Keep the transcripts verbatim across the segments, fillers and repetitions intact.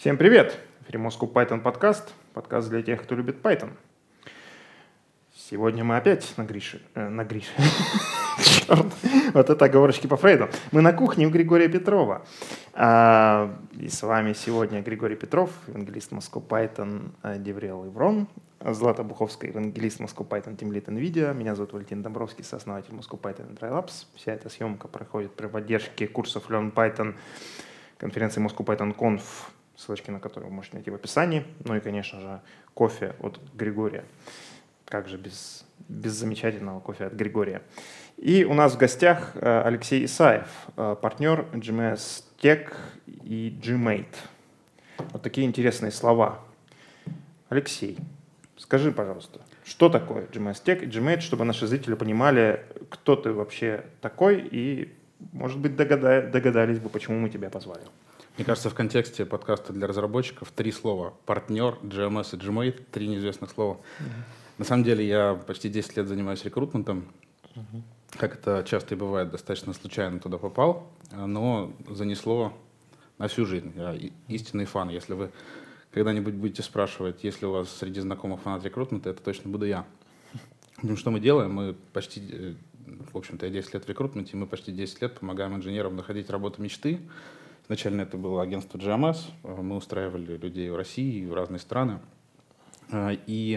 Всем привет! В эфире Moscow Python подкаст, подкаст для тех, кто любит Python. Сегодня мы опять на Грише, э, на Грише, черт, вот это оговорочки по Фрейду. Мы на кухне у Григория Петрова. А, и с вами сегодня Григорий Петров, евангелист Moscow Python, Деврел Иврон, Злата Буховская, евангелист Moscow Python, Team Lead NVIDIA. Меня зовут Валентин Домбровский, сооснователь Moscow Python и TryLabs. Вся эта съемка проходит при поддержке курсов Learn Python, конференции Moscow Python Conf, ссылочки на которые вы можете найти в описании. Ну и, конечно же, кофе от Григория. Как же без, без замечательного кофе от Григория. И у нас в гостях Алексей Исаев, партнер джи эм эс Tech и Gmate. Вот такие интересные слова. Алексей, скажи, пожалуйста, что такое джи эм эс Tech и Gmate, чтобы наши зрители понимали, кто ты вообще такой, и, может быть, догадали, догадались бы, почему мы тебя позвали. Мне кажется, в контексте подкаста для разработчиков три слова: партнер, джи эм эс и Gmate, три неизвестных слова. Uh-huh. На самом деле я почти десять лет занимаюсь рекрутментом. Uh-huh. Как это часто и бывает, достаточно случайно туда попал, но занесло на всю жизнь. Я истинный фан. Если вы когда-нибудь будете спрашивать, есть ли у вас среди знакомых фанат рекрутмента, это точно буду я. Ну, что мы делаем? Мы почти, в общем-то, я десять лет в рекрутменте, и мы почти десять лет помогаем инженерам находить работу мечты. Изначально это было агентство джи эм эс. Мы устраивали людей в России и в разные страны. И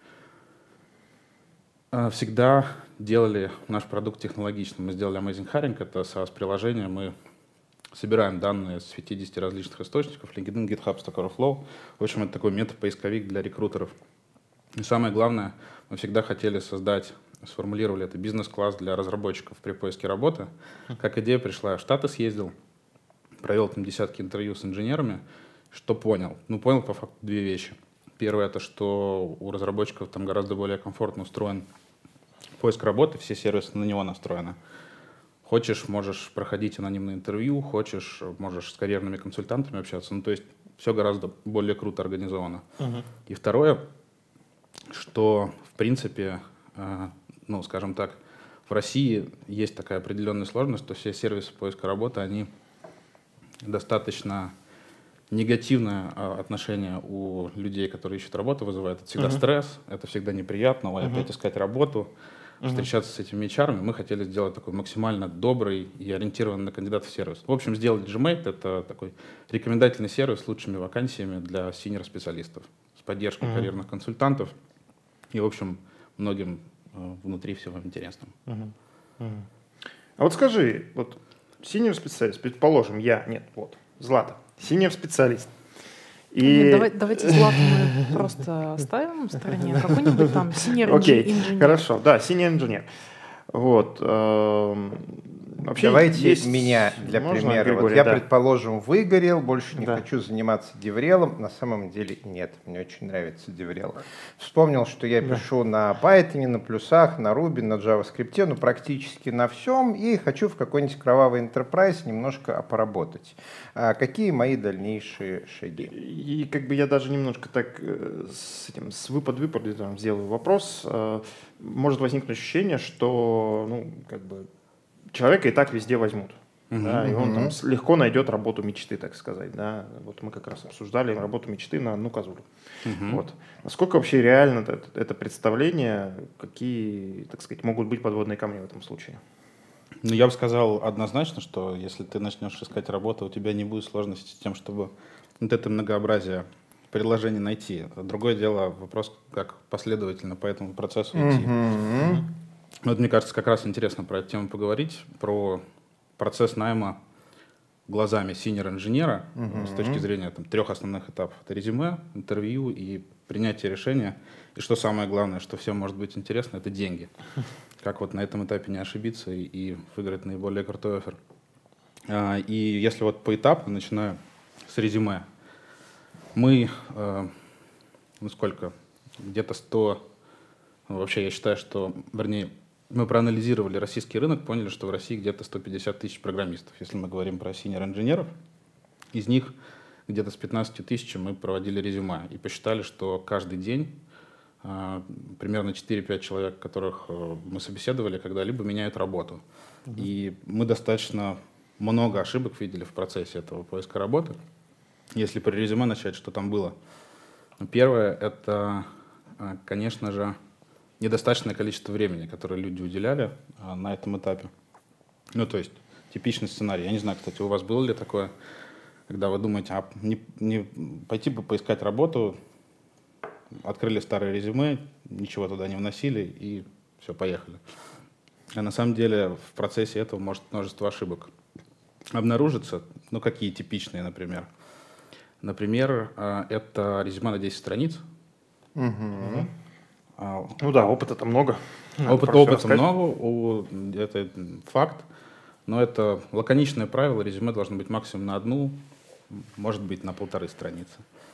всегда делали наш продукт технологичным. Мы сделали Amazing Hiring, это SaaS-приложение. Мы собираем данные с пятидесяти различных источников: LinkedIn, GitHub, Stack Overflow. В общем, это такой метод-поисковик для рекрутеров. И самое главное, мы всегда хотели создать, сформулировали это бизнес-класс для разработчиков при поиске работы. Как идея пришла, я в Штаты съездил, провел там десятки интервью с инженерами. Что понял? Ну, понял по факту две вещи. Первое — это что у разработчиков там гораздо более комфортно устроен поиск работы, все сервисы на него настроены. Хочешь, можешь проходить анонимные интервью, хочешь, можешь с карьерными консультантами общаться. Ну, то есть все гораздо более круто организовано. Uh-huh. И второе, что, в принципе, э, ну, скажем так, в России есть такая определенная сложность, что все сервисы поиска работы, они достаточно негативное а, отношение у людей, которые ищут работу, вызывает. Это всегда uh-huh. стресс, это всегда неприятно, ой, uh-huh. опять искать работу, uh-huh. встречаться с этими эйч ар-ами. Мы хотели сделать такой максимально добрый и ориентированный на кандидатов сервис. В общем, сделать Gmate — это такой рекомендательный сервис с лучшими вакансиями для синьор-специалистов, с поддержкой uh-huh. карьерных консультантов и, в общем, многим э, внутри всего интересным. Uh-huh. Uh-huh. А вот скажи, вот синьор-специалист, предположим, я, нет, вот, Злата, синьор-специалист. И... Нет, давай, давайте Злату мы просто оставим в стороне. Какой-нибудь там синьор-инженер. Окей, хорошо, да, синьор-инженер. Вот. Вообще давайте есть... меня для Можно, примера. Григорий, вот я, да. предположим, выгорел, больше не да. хочу заниматься деврелом. На самом деле нет, мне очень нравится деврел. Вспомнил, что я да. пишу на Python, на плюсах, на Ruby, на JavaScript, ну практически на всем, и хочу в какой-нибудь кровавый enterprise немножко поработать. А какие мои дальнейшие шаги? И, и как бы я даже немножко так с этим с выпад-выпад сделаю вопрос. Может возникнуть ощущение, что ну как бы человека и так везде возьмут, uh-huh, да, и он uh-huh. там легко найдет работу мечты, так сказать, да. Вот мы как раз обсуждали работу мечты на одну козулю. Uh-huh. Вот. Насколько вообще реально это, это представление, какие, так сказать, могут быть подводные камни в этом случае? Ну, я бы сказал однозначно, что если ты начнешь искать работу, у тебя не будет сложности с тем, чтобы вот это многообразие предложений найти. Другое дело, вопрос, как последовательно по этому процессу идти. Uh-huh. Вот, мне кажется, как раз интересно про эту тему поговорить, про процесс найма глазами синьор-инженера uh-huh. с точки зрения там, трех основных этапов. Это резюме, интервью и принятие решения. И что самое главное, что всем может быть интересно, это деньги. Как вот на этом этапе не ошибиться и, и выиграть наиболее крутой оффер. А, и если вот поэтапно, начиная с резюме, мы, э, ну сколько, где-то сто, ну, вообще я считаю, что, вернее, мы проанализировали российский рынок, поняли, что в России где-то сто пятьдесят тысяч программистов, если мы говорим про синьор-инженеров. Из них где-то с пятнадцатью тысячами мы проводили резюме и посчитали, что каждый день э, примерно четыре-пять человек, которых э, мы собеседовали, когда-либо меняют работу. Mm-hmm. И мы достаточно много ошибок видели в процессе этого поиска работы. Если при резюме начать, что там было? Первое — это, конечно же, недостаточное количество времени, которое люди уделяли на этом этапе. Ну, то есть типичный сценарий. Я не знаю, кстати, у вас было ли такое, когда вы думаете, а не, не пойти бы поискать работу, открыли старое резюме, ничего туда не вносили и все, поехали. А на самом деле в процессе этого может множество ошибок обнаружиться. Ну, какие типичные, например? Например, это резюме на десять страниц. Угу. А, ну да, опыта-то много. Опыт, опыта много, это факт. Но это лаконичное правило. Резюме должно быть максимум на одну, может быть, на полторы страницы.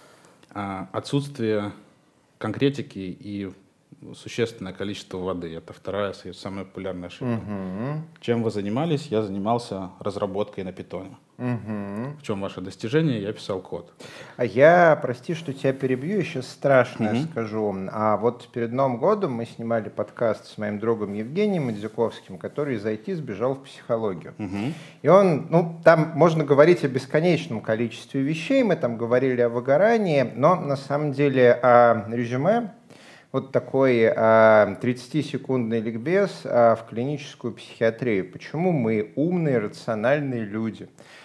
А отсутствие конкретики и существенное количество воды — это вторая, самая популярная ошибка. Угу. Чем вы занимались? Я занимался разработкой на питоне. Угу. В чем ваше достижение? Я писал код. А я, прости, что тебя перебью, я сейчас страшное Угу. скажу. А вот перед Новым годом мы снимали подкаст с моим другом Евгением Идзюковским, который из ай ти сбежал в психологию. Угу. И он, ну, там можно говорить о бесконечном количестве вещей, мы там говорили о выгорании, но на самом деле о резюме вот такой а, тридцатисекундный ликбез а, в клиническую психиатрию. Почему мы умные, рациональные люди?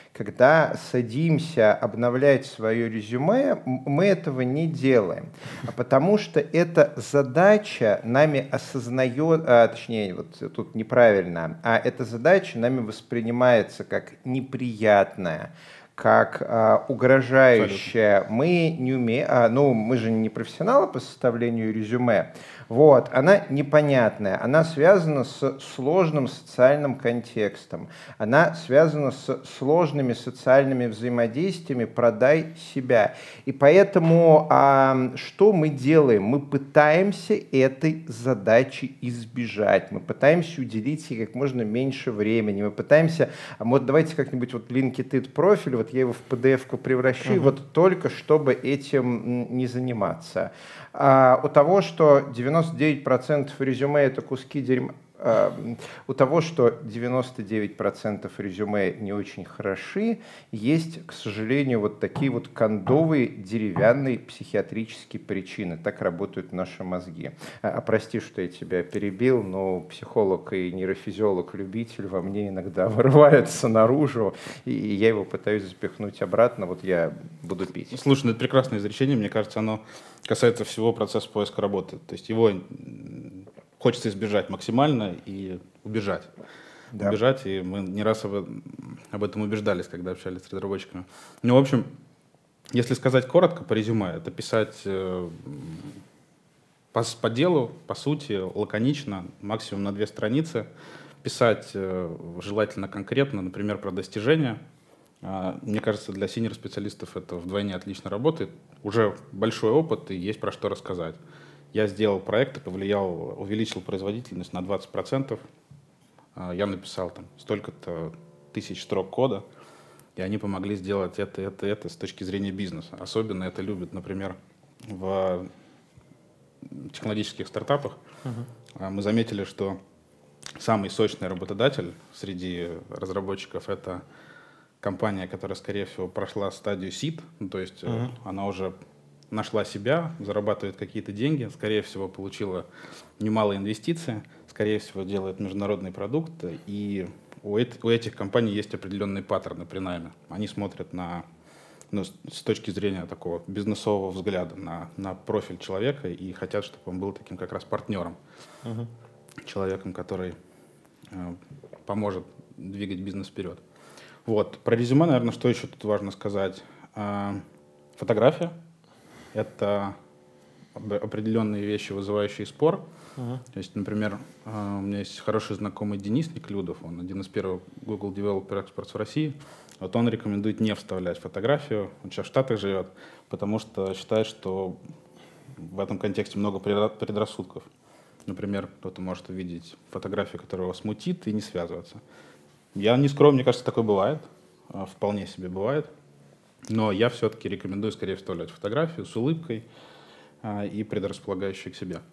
Когда садимся обновлять свое резюме, мы этого не делаем, а потому что эта задача нами осознает, а, точнее, вот тут неправильно, а эта задача нами воспринимается как неприятная, как а, угрожающая. Абсолютно. Мы не умеем, а, ну, мы же не профессионалы по составлению резюме. Вот, она непонятная, она связана с сложным социальным контекстом, она связана с сложными социальными взаимодействиями «продай себя». И поэтому а, что мы делаем? Мы пытаемся этой задачи избежать, мы пытаемся уделить ей как можно меньше времени, мы пытаемся, а вот давайте как-нибудь вот LinkedIn профиль, вот я его в пи ди эф-ку превращу, uh-huh. вот только чтобы этим не заниматься. А у того, что девяносто девять процентов резюме — это куски дерьма, а, у того, что девяносто девять процентов резюме не очень хороши, есть, к сожалению, вот такие вот кондовые деревянные психиатрические причины. Так работают наши мозги. А, а прости, что я тебя перебил, но психолог и нейрофизиолог-любитель во мне иногда вырывается наружу, и я его пытаюсь запихнуть обратно. Вот я буду пить. Слушай, ну это прекрасное изречение. Мне кажется, оно касается всего процесса поиска работы. То есть его хочется избежать максимально и убежать. Да. Убежать, и мы не раз об, об этом убеждались, когда общались с разработчиками. Ну, в общем, если сказать коротко по резюме, это писать э, по, по делу, по сути, лаконично, максимум на две страницы, писать э, желательно конкретно, например, про достижения. Э, мне кажется, для синьор-специалистов это вдвойне отлично работает. Уже большой опыт, и есть про что рассказать. Я сделал проект и повлиял, увеличил производительность на двадцать процентов. Я написал там столько-то тысяч строк кода, и они помогли сделать это, это, это с точки зрения бизнеса. Особенно это любят, например, в технологических стартапах. Uh-huh. Мы заметили, что самый сочный работодатель среди разработчиков — это компания, которая, скорее всего, прошла стадию сид, ну, то есть uh-huh. она уже нашла себя, зарабатывает какие-то деньги, скорее всего, получила немалые инвестиции, скорее всего, делает международный продукт, и у, эт- у этих компаний есть определенные паттерны при найме. Они смотрят на, ну, с точки зрения такого бизнесового взгляда на, на профиль человека и хотят, чтобы он был таким как раз партнером, uh-huh. человеком, который э, поможет двигать бизнес вперед. Вот. Про резюме, наверное, что еще тут важно сказать? Э, фотография. Это определенные вещи, вызывающие спор. Uh-huh. То есть, например, у меня есть хороший знакомый Денис Неклюдов, он один из первых Google Developer Experts в России. Вот он рекомендует не вставлять фотографию, он сейчас в Штатах живет, потому что считает, что в этом контексте много предрассудков. Например, кто-то может увидеть фотографию, которая его смутит, и не связываться. Я не скрою, мне кажется, такое бывает, вполне себе бывает. Но я все-таки рекомендую скорее вставлять фотографию с улыбкой а, и предрасполагающей к себе.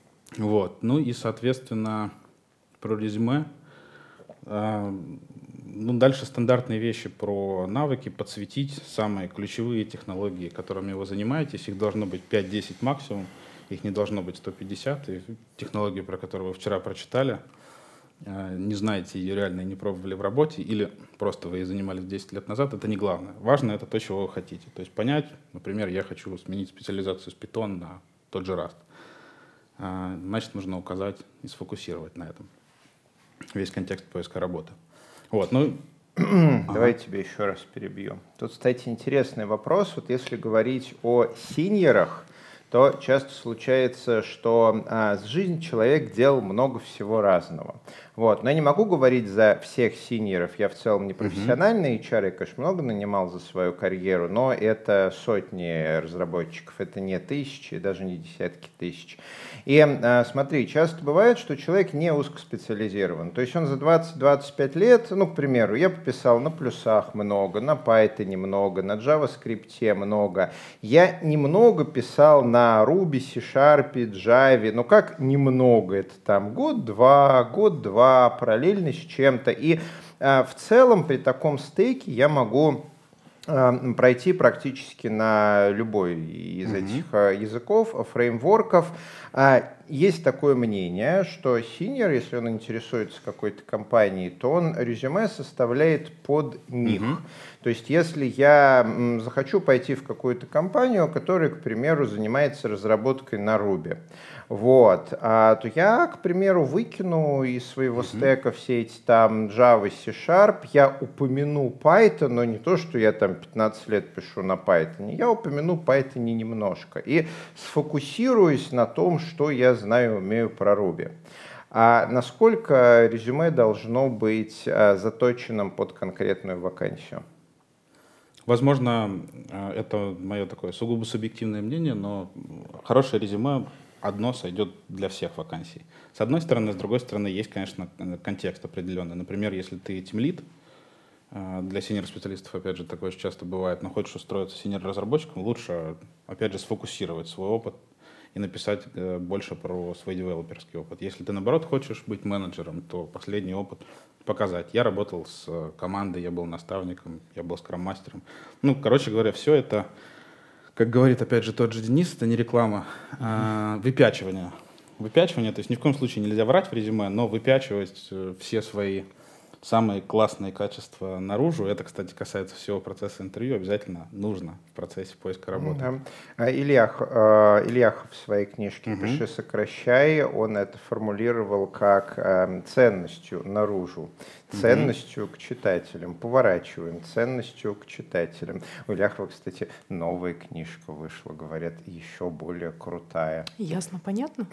Вот. Ну и, соответственно, про резюме. А, Ну, дальше стандартные вещи про навыки, подсветить самые ключевые технологии, которыми вы занимаетесь. Их должно быть пять-десять максимум, их не должно быть сто пятьдесят. И технологию, про которую вы вчера прочитали, не знаете ее реально и не пробовали в работе, или просто вы ей занимались десять лет назад, это не главное. Важно это то, чего вы хотите. То есть понять, например, я хочу сменить специализацию с Python на тот же Rust. Значит, нужно указать и сфокусировать на этом весь контекст поиска работы. Вот, ну, Давай ага. тебе еще раз перебью. Тут, кстати, интересный вопрос. Вот если говорить о синьорах, то часто случается, что а, с жизнью человек делал много всего разного. Вот. Но я не могу говорить за всех синьоров. Я в целом не профессиональный эйч ар, я, конечно, много нанимал за свою карьеру, но это сотни разработчиков, это не тысячи, даже не десятки тысяч. И а, смотри, часто бывает, что человек не узкоспециализирован. То есть он за двадцать-двадцать пять лет, ну, к примеру, я пописал на плюсах много, на Python много, на JavaScript много. Я немного писал на Ruby, C-Sharp, Java. Ну, как немного? Это там год-два, год-два, параллельно с чем-то. И а, в целом при таком стеке я могу пройти практически на любой из mm-hmm. этих языков, фреймворков. Есть такое мнение, что синьор, если он интересуется какой-то компанией, то он резюме составляет под них. Mm-hmm. То есть если я захочу пойти в какую-то компанию, которая, к примеру, занимается разработкой на Ruby, вот, а, то я, к примеру, выкину из своего mm-hmm. стека все эти там Java, C-Sharp, я упомяну Python, но не то, что я там пятнадцать лет пишу на Python, я упомяну Python немножко и сфокусируюсь на том, что я знаю, умею про Ruby. А насколько резюме должно быть а, заточенным под конкретную вакансию? Возможно, это мое такое сугубо субъективное мнение, но хорошее резюме одно сойдет для всех вакансий. С одной стороны, с другой стороны, есть, конечно, контекст определенный. Например, если ты тимлид, для синьор-специалистов, опять же, такое очень часто бывает, но хочешь устроиться синьор-разработчиком, лучше, опять же, сфокусировать свой опыт и написать больше про свой девелоперский опыт. Если ты, наоборот, хочешь быть менеджером, то последний опыт показать. Я работал с командой, я был наставником, я был скрам-мастером. Ну, короче говоря, все это, как говорит, опять же, тот же Денис, это не реклама, а выпячивание. Выпячивание, то есть ни в коем случае нельзя врать в резюме, но выпячивать все свои самые классные качества наружу. Это, кстати, касается всего процесса интервью. Обязательно нужно в процессе поиска работы. Да. Ильях, Ильях в своей книжке uh-huh. «Пиши, сокращай», он это формулировал как ценностью наружу, ценностью uh-huh. к читателям. Поворачиваем ценностью к читателям. У Ильяхова, кстати, новая книжка вышла, говорят, еще более крутая. Ясно, понятно?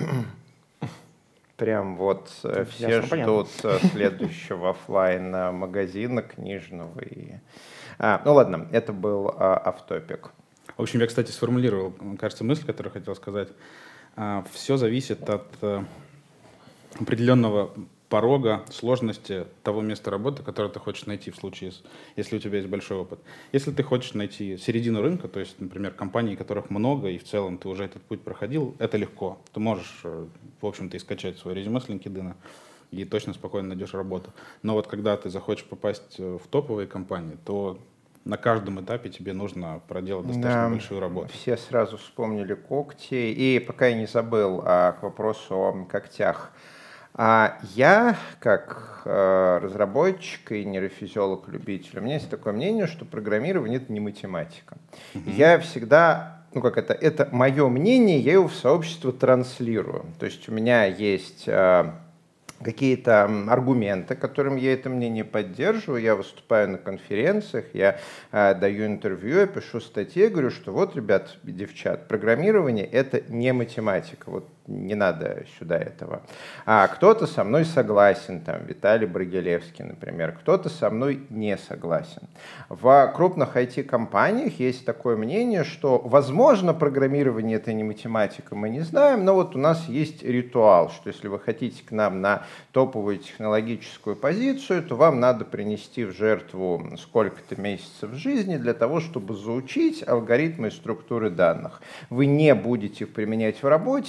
Прям вот все Ясно, ждут понятно. Следующего офлайн магазина книжного. И... А, ну ладно, это был а, офф-топик. В общем, я, кстати, сформулировал, кажется, мысль, которую хотел сказать. А, все зависит от а, определенного порога, сложности того места работы, которое ты хочешь найти в случае, если у тебя есть большой опыт. Если ты хочешь найти середину рынка, то есть, например, компаний, которых много, и в целом ты уже этот путь проходил, это легко. Ты можешь, в общем-то, и скачать свое резюме с LinkedIn и точно спокойно найдешь работу. Но вот когда ты захочешь попасть в топовые компании, то на каждом этапе тебе нужно проделать достаточно да, большую работу. Все сразу вспомнили когти. И пока я не забыл а, к вопросу о когтях. А я, как э, разработчик и нейрофизиолог-любитель, у меня есть такое мнение, что программирование — это не математика. Mm-hmm. Я всегда, ну как это, это мое мнение, я его в сообщество транслирую. То есть у меня есть э, какие-то аргументы, которым я это мнение поддерживаю, я выступаю на конференциях, я э, даю интервью, я пишу статьи, говорю, что вот, ребят, девчат, программирование — это не математика. Вот не надо сюда этого. А кто-то со мной согласен, там, Виталий Брагилевский, например, кто-то со мной не согласен. В крупных ай ти-компаниях есть такое мнение, что, возможно, программирование — это не математика, мы не знаем, но вот у нас есть ритуал, что если вы хотите к нам на топовую технологическую позицию, то вам надо принести в жертву сколько-то месяцев жизни для того, чтобы заучить алгоритмы и структуры данных. Вы не будете их применять в работе, они не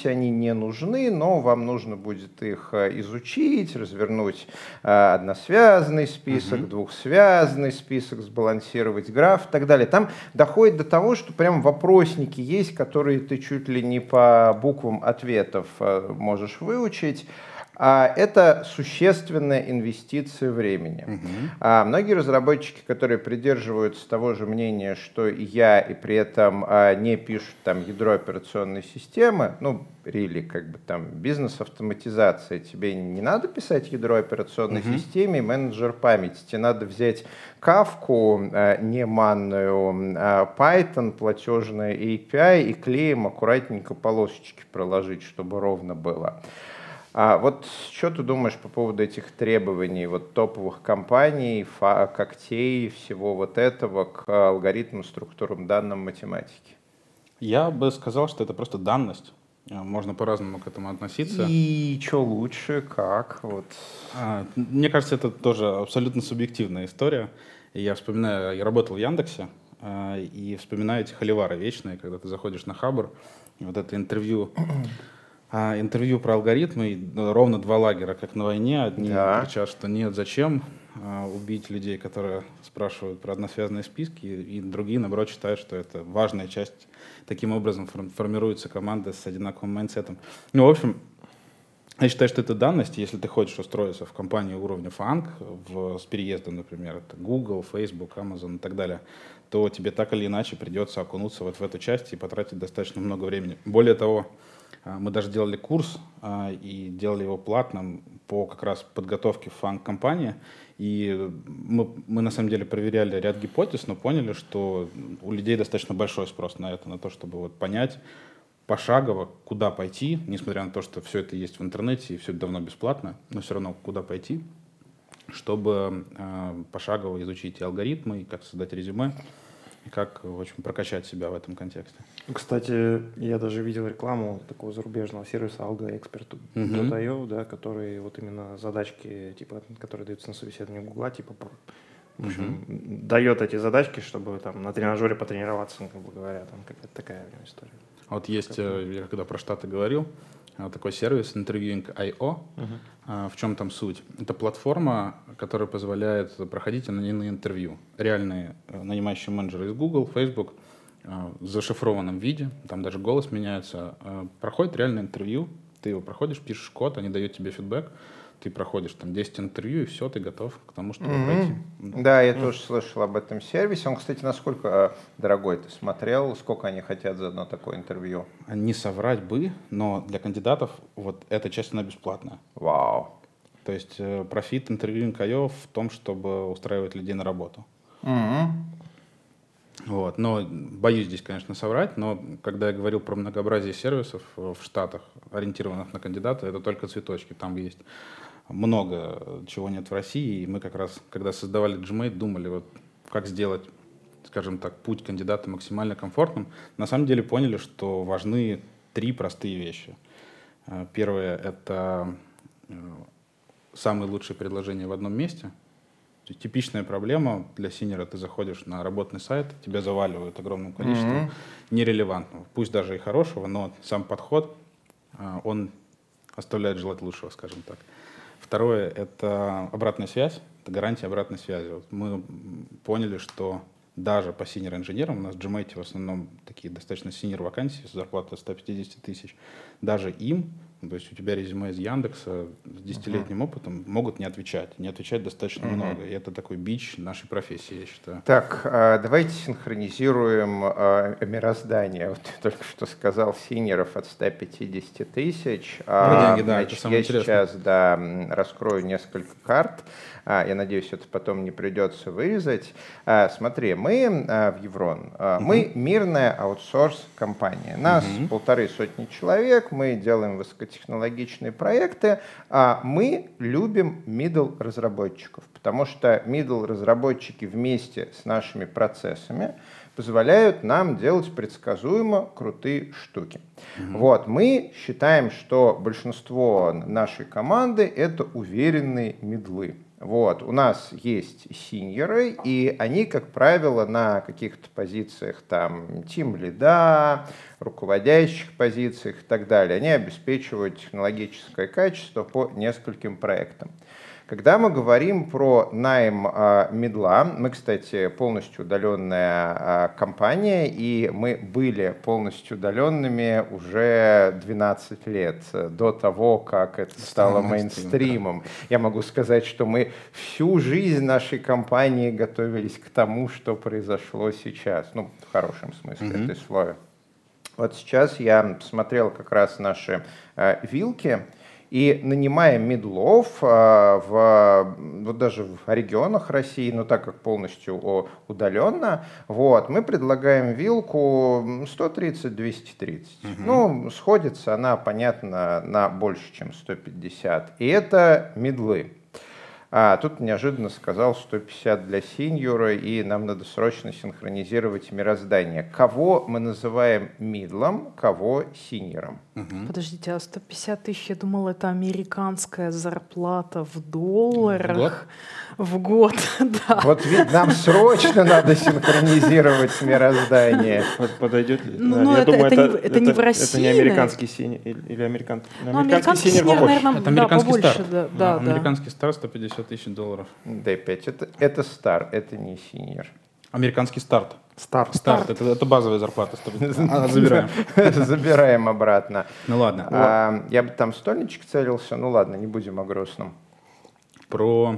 не нужны, но вам нужно будет их изучить, развернуть односвязанный список, uh-huh. двухсвязанный список, сбалансировать граф и так далее. Там доходит до того, что прям вопросники есть, которые ты чуть ли не по буквам ответов можешь выучить. Это существенная инвестиция времени. Uh-huh. Многие разработчики, которые придерживаются того же мнения, что и я, и при этом не пишут там ядро операционной системы, ну, really, как бы там бизнес-автоматизация, тебе не надо писать ядро операционной uh-huh. системы, менеджер памяти, тебе надо взять кавку, не манную, Python, платежное эй пи ай и клеем аккуратненько полосочки проложить, чтобы ровно было. А вот что ты думаешь по поводу этих требований вот топовых компаний, фа- когтей, всего вот этого к алгоритмам, структурам данным математики? Я бы сказал, что это просто данность. Можно по-разному к этому относиться. И что лучше, как? Вот. А, мне кажется, это тоже абсолютно субъективная история. И я вспоминаю, я работал в Яндексе, и вспоминаю эти холивары вечные, когда ты заходишь на Хабр, и вот это интервью... А, интервью про алгоритмы, и ровно два лагеря, как на войне. Одни да. кричат, что нет, зачем а, убить людей, которые спрашивают про односвязанные списки, и, и другие, наоборот, считают, что это важная часть. Таким образом форм, формируется команда с одинаковым майндсетом. Ну, в общем, я считаю, что это данность. Если ты хочешь устроиться в компанию уровня фанк, в, с переездом, например, это Google, Facebook, Amazon и так далее, то тебе так или иначе придется окунуться вот в эту часть и потратить достаточно много времени. Более того, мы даже делали курс а, и делали его платным по как раз подготовке в фанк-компании. И мы, мы на самом деле проверяли ряд гипотез, но поняли, что у людей достаточно большой спрос на это, на то, чтобы вот понять пошагово, куда пойти, несмотря на то, что все это есть в интернете и все это давно бесплатно, но все равно куда пойти, чтобы а, пошагово изучить и алгоритмы, и как создать резюме, и как, в общем, прокачать себя в этом контексте. Кстати, я даже видел рекламу такого зарубежного сервиса AlgoExpert точка ай о, uh-huh. да, который вот именно задачки, типа, которые даются на собеседовании Гугла, типа, в общем, uh-huh. дает эти задачки, чтобы там на тренажере потренироваться, грубо говоря, там какая-то такая история. Вот есть, я когда про Штаты говорил, такой сервис Interviewing точка ай о. Uh-huh. В чем там суть? Это платформа, которая позволяет проходить анонимные интервью. Реальные нанимающие менеджеры из Google, Facebook в зашифрованном виде, там даже голос меняется, проходит реальное интервью, ты его проходишь, пишешь код, они дают тебе фидбэк, ты проходишь там десять интервью, и все, ты готов к тому, чтобы mm-hmm. пройти. Да, я mm-hmm. тоже слышал об этом сервисе. Он, кстати, насколько дорогой, ты смотрел, сколько они хотят за одно такое интервью? Не соврать бы, но для кандидатов вот эта часть, она бесплатная. Вау. То есть профит Interviewing точка ай о в том, чтобы устраивать людей на работу. Mm-hmm. Вот. Но боюсь здесь, конечно, соврать, но когда я говорил про многообразие сервисов в Штатах, ориентированных на кандидата, это только цветочки. Там есть много чего нет в России, и мы как раз, когда создавали Gmate, думали, вот, как сделать, скажем так, путь кандидата максимально комфортным. На самом деле поняли, что важны три простые вещи. Первое — это самые лучшие предложения в одном месте. То есть типичная проблема для синьора: ты заходишь на работный сайт, тебя заваливают огромным количеством mm-hmm. нерелевантного, пусть даже и хорошего, но сам подход, он оставляет желать лучшего, скажем так. Второе — это обратная связь, это гарантия обратной связи. Вот мы поняли, что даже по синьор-инженерам, у нас в Gmate в основном такие достаточно синьор-вакансии с зарплатой сто пятьдесят тысяч, даже им, то есть у тебя резюме из Яндекса с десятилетним uh-huh. опытом, могут не отвечать, не отвечать достаточно uh-huh. много. И это такой бич нашей профессии, я считаю. Так, давайте синхронизируем мироздание. Вот ты только что сказал синьоров от ста пятидесяти тысяч. Про деньги, да, Значит, это самое я интересное. сейчас да, раскрою несколько карт. Я надеюсь, это потом не придется вырезать. Смотри, мы в Еврон, uh-huh. мы мирная аутсорс-компания. Нас uh-huh. полторы сотни человек, мы делаем высокотехнологичные проекты, а мы любим middle разработчиков, потому что middle разработчики вместе с нашими процессами позволяют нам делать предсказуемо крутые штуки. Mm-hmm. Вот, мы считаем, что большинство нашей команды — это уверенные мидлы. Вот. У нас есть синьоры, и они, как правило, на каких-то позициях там тим-лида, руководящих позициях и так далее. Они обеспечивают технологическое качество по нескольким проектам. Когда мы говорим про найм э, мидла, мы, кстати, полностью удаленная э, компания, и мы были полностью удаленными уже двенадцать лет, до того, как это стало мейнстримом. Да. Я могу сказать, что мы всю жизнь нашей компании готовились к тому, что произошло сейчас. Ну, в хорошем смысле mm-hmm. этой слова. Вот сейчас я посмотрел как раз наши э, вилки, и нанимая мидлов в, вот даже в регионах России, но так как полностью удаленно, вот, мы предлагаем вилку сто тридцать - двести тридцать. Угу. Ну, сходится она, понятно, на больше, чем сто пятьдесят. И это мидлы. А тут неожиданно сказал сто пятьдесят для синьора, и нам надо срочно синхронизировать мироздание. Кого мы называем мидлом, кого синьором? Угу. Подождите, а сто пятьдесят тысяч, я думала, это американская зарплата в долларах в год. Да. Вот ведь нам срочно надо синхронизировать мироздание. Подойдет ли? Ну, ну, я это, думаю, это, это, это не в России. Это не американский синьор или американский. Ну, американский синьор, наверное, это американский да, побольше. Стар. Да, да, американский да. Стар сто пятьдесят тысяч долларов. Да, опять, это, это стар, это не синьор. Американский старт. Старт. Старт. Это, это базовая зарплата. А, забираем. Забираем обратно. Ну ладно. А, я бы там стольничек целился. Ну ладно, не будем о грустном. Про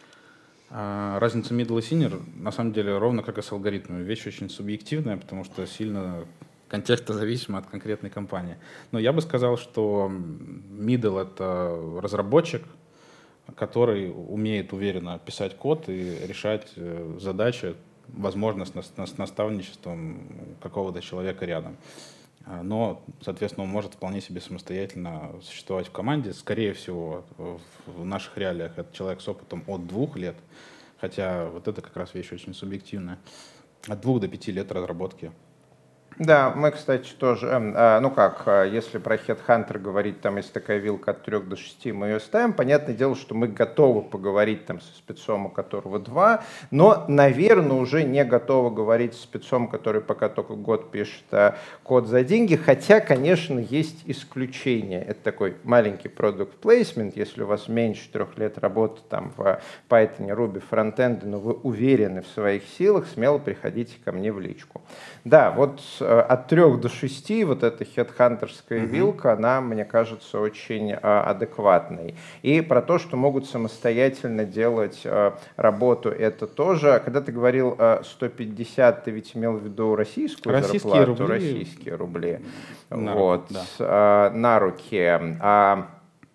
а, разницу middle и senior, на самом деле, ровно как и с алгоритмами. Вещь очень субъективная, потому что сильно контекстозависимо от конкретной компании. Но я бы сказал, что middle — это разработчик, который умеет уверенно писать код и решать задачи, возможно, с наставничеством какого-то человека рядом. Но, соответственно, он может вполне себе самостоятельно существовать в команде. Скорее всего, в наших реалиях это человек с опытом от двух лет, хотя вот это как раз вещь очень субъективная. От двух до пяти лет разработки. Да, мы, кстати, тоже, э, ну как, если про HeadHunter говорить, там есть такая вилка от трёх до шести, мы ее ставим. Понятное дело, что мы готовы поговорить там со спецом, у которого два, но, наверное, уже не готовы говорить со спецом, который пока только год пишет а, код за деньги, хотя, конечно, есть исключения. Это такой маленький product placement, если у вас меньше трех лет работы там в Python, Ruby, фронтенде, но вы уверены в своих силах, смело приходите ко мне в личку. Да, вот от трех до шести вот эта хедхантерская mm-hmm. вилка, она, мне кажется, очень а, адекватной. И про то, что могут самостоятельно делать а, работу, это тоже. Когда ты говорил а, сто пятьдесят, ты ведь имел в виду российскую российские зарплату, рубли. российские рубли. На вот, руки, да. а, на руки. А,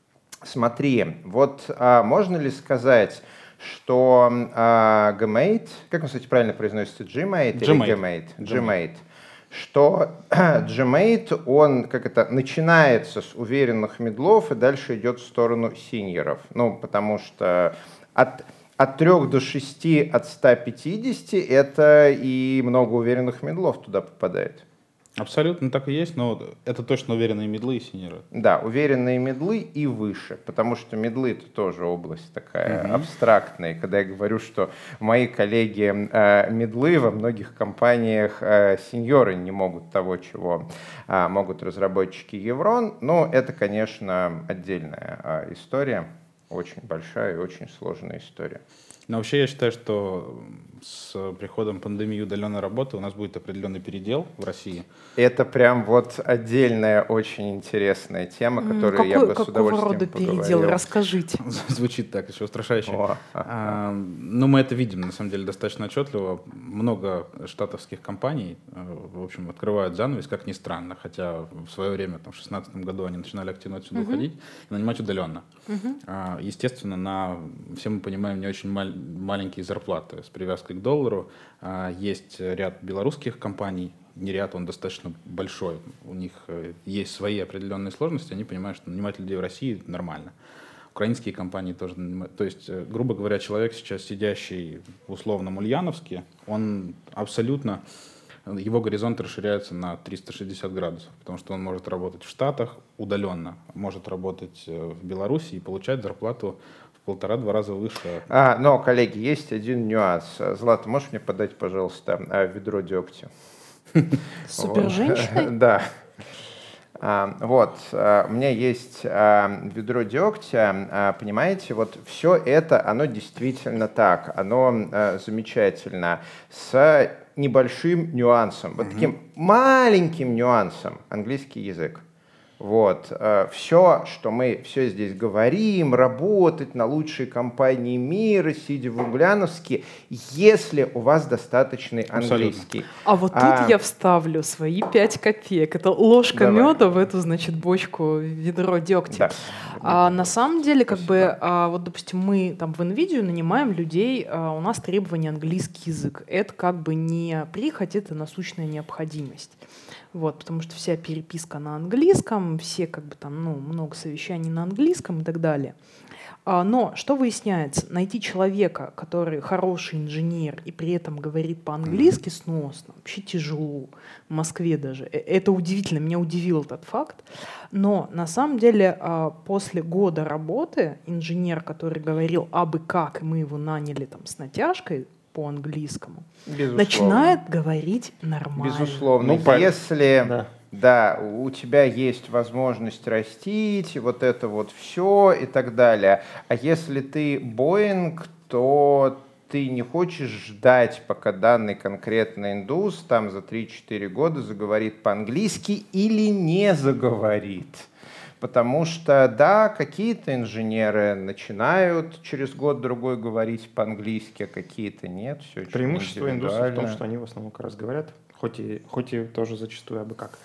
смотри, вот а, можно ли сказать, что uh, Gmate, как он, кстати, правильно произносится, Gmate или Gmate? Gmate. Что Gmate, он как это, начинается с уверенных мидлов и дальше идет в сторону синьоров. Ну, потому что от, от трех до шести, от ста пятидесяти это и много уверенных мидлов туда попадает. Абсолютно так и есть, но это точно уверенные мидлы и синьоры. Да, уверенные мидлы и выше, потому что мидлы — это тоже область такая mm-hmm. абстрактная. И когда я говорю, что мои коллеги э, мидлы, во многих компаниях э, синьоры не могут того, чего э, могут разработчики Еврон, но это, конечно, отдельная э, история, очень большая и очень сложная история. Но вообще я считаю, что с приходом пандемии и удаленной работы у нас будет определенный передел в России. Это прям вот отдельная очень интересная тема, которую Какой, я бы с удовольствием рода поговорил. Передел? Расскажите. Звучит так, еще устрашающе. О, а, ну, мы это видим, на самом деле, достаточно отчетливо. Много штатовских компаний, в общем, открывают занавес, как ни странно, хотя в свое время, там, в две тысячи шестнадцатом году они начинали активно отсюда uh-huh. уходить и нанимать удаленно. Uh-huh. А, естественно, на, все мы понимаем, не очень маль, маленькие зарплаты с привязкой к доллару. А, есть ряд белорусских компаний, не ряд, он достаточно большой, у них есть свои определенные сложности, они понимают, что нанимать людей в России нормально. Украинские компании тоже нанимают. То есть, грубо говоря, человек сейчас, сидящий в условном Ульяновске, он абсолютно, его горизонт расширяется на триста шестьдесят градусов, потому что он может работать в Штатах удаленно, может работать в Беларуси и получать зарплату полтора-два раза выше. А, но, коллеги, есть один нюанс. Злата, можешь мне подать, пожалуйста, ведро дегтя? Супер женщиной? Да. А, вот, а, у меня есть а, ведро дегтя, а, понимаете, вот все это, оно действительно так, оно а, замечательно, с небольшим нюансом, вот таким маленьким нюансом, английский язык. Вот, все, что мы все здесь говорим, работать на лучшей компании мира, сидя в Угляновске, если у вас достаточный английский. А вот тут а, я вставлю свои пять копеек. Это ложка Давай. меда в эту, значит, бочку, ведро дегтя. Да. А, на самом деле, как бы, а, вот, допустим, мы там в NVIDIA нанимаем людей, а, у нас требование английский язык. Это как бы не прихоть, это насущная необходимость. Вот, потому что вся переписка на английском, все как бы там, ну, много совещаний на английском и так далее. А, но что выясняется? Найти человека, который хороший инженер и при этом говорит по-английски сносно, вообще тяжело. В Москве даже. Это удивительно, меня удивил этот факт. Но на самом деле а, после года работы инженер, который говорил абы как, и мы его наняли там с натяжкой, по-английскому, Безусловно. начинает говорить нормально. Безусловно. Ну, Если да. Да, у тебя есть возможность растить, вот это вот все и так далее. А если ты Boeing, то ты не хочешь ждать, пока данный конкретный индус там за три-четыре года заговорит по-английски или не заговорит. Потому что, да, какие-то инженеры начинают через год-другой говорить по-английски, а какие-то нет. Все очень Преимущество индусов в том, что они в основном как раз говорят, хоть и, хоть и тоже зачастую абы как.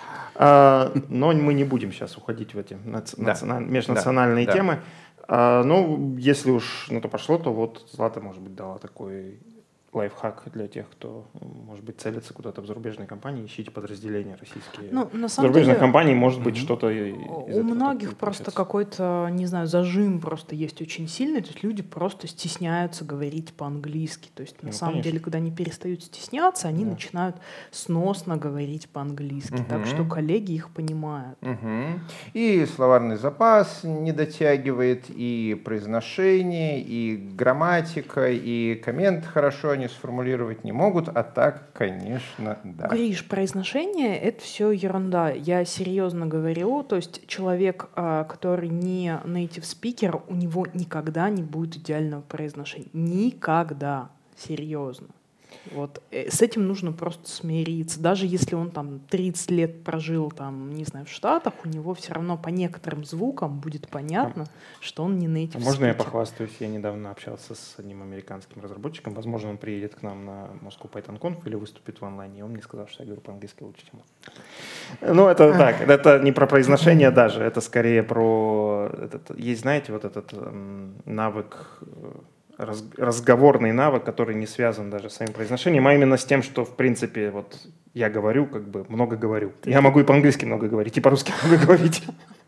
А, но мы не будем сейчас уходить в эти наци- Да. национа- межнациональные Да. темы. А, ну, если уж на то пошло, то вот Злата, может быть, дала такой лайфхак для тех, кто, может быть, целится куда-то в зарубежные компании, ищите подразделения российские. Ну, на самом зарубежных деле, компаний может быть что-то из у этого многих так просто получается. какой-то, не знаю, зажим просто есть очень сильный, то есть люди просто стесняются говорить по-английски. То есть на Ну, самом конечно. деле, когда они перестают стесняться, они Да. начинают сносно говорить по-английски. Так Мгм. что коллеги их понимают. Мгм. И словарный запас не дотягивает, и произношение, и грамматика, и коммент хорошо они сформулировать не могут, а так, конечно, да. Гриш, произношение — это все ерунда. Я серьезно говорю, то есть человек, а, который не native speaker, у него никогда не будет идеального произношения. Никогда. Серьезно. Вот. Э, С этим нужно просто смириться. Даже если он там тридцать лет прожил там, не знаю, в Штатах, у него все равно по некоторым звукам будет понятно, что он не native А можно я speaker. похвастаюсь? Я недавно общался с одним американским разработчиком. Возможно, он приедет к нам на Moscow Python Conf или выступит в онлайне. И он мне сказал, что я говорю по-английски лучше, чем он. Ну, это так. Это не про произношение даже. Это скорее про... Этот, есть, знаете, вот этот эм, навык... э, раз- разговорный навык, который не связан даже с своим произношением, а именно с тем, что, в принципе, вот я говорю, как бы много говорю. Я могу и по-английски много говорить, и по-русски много говорить.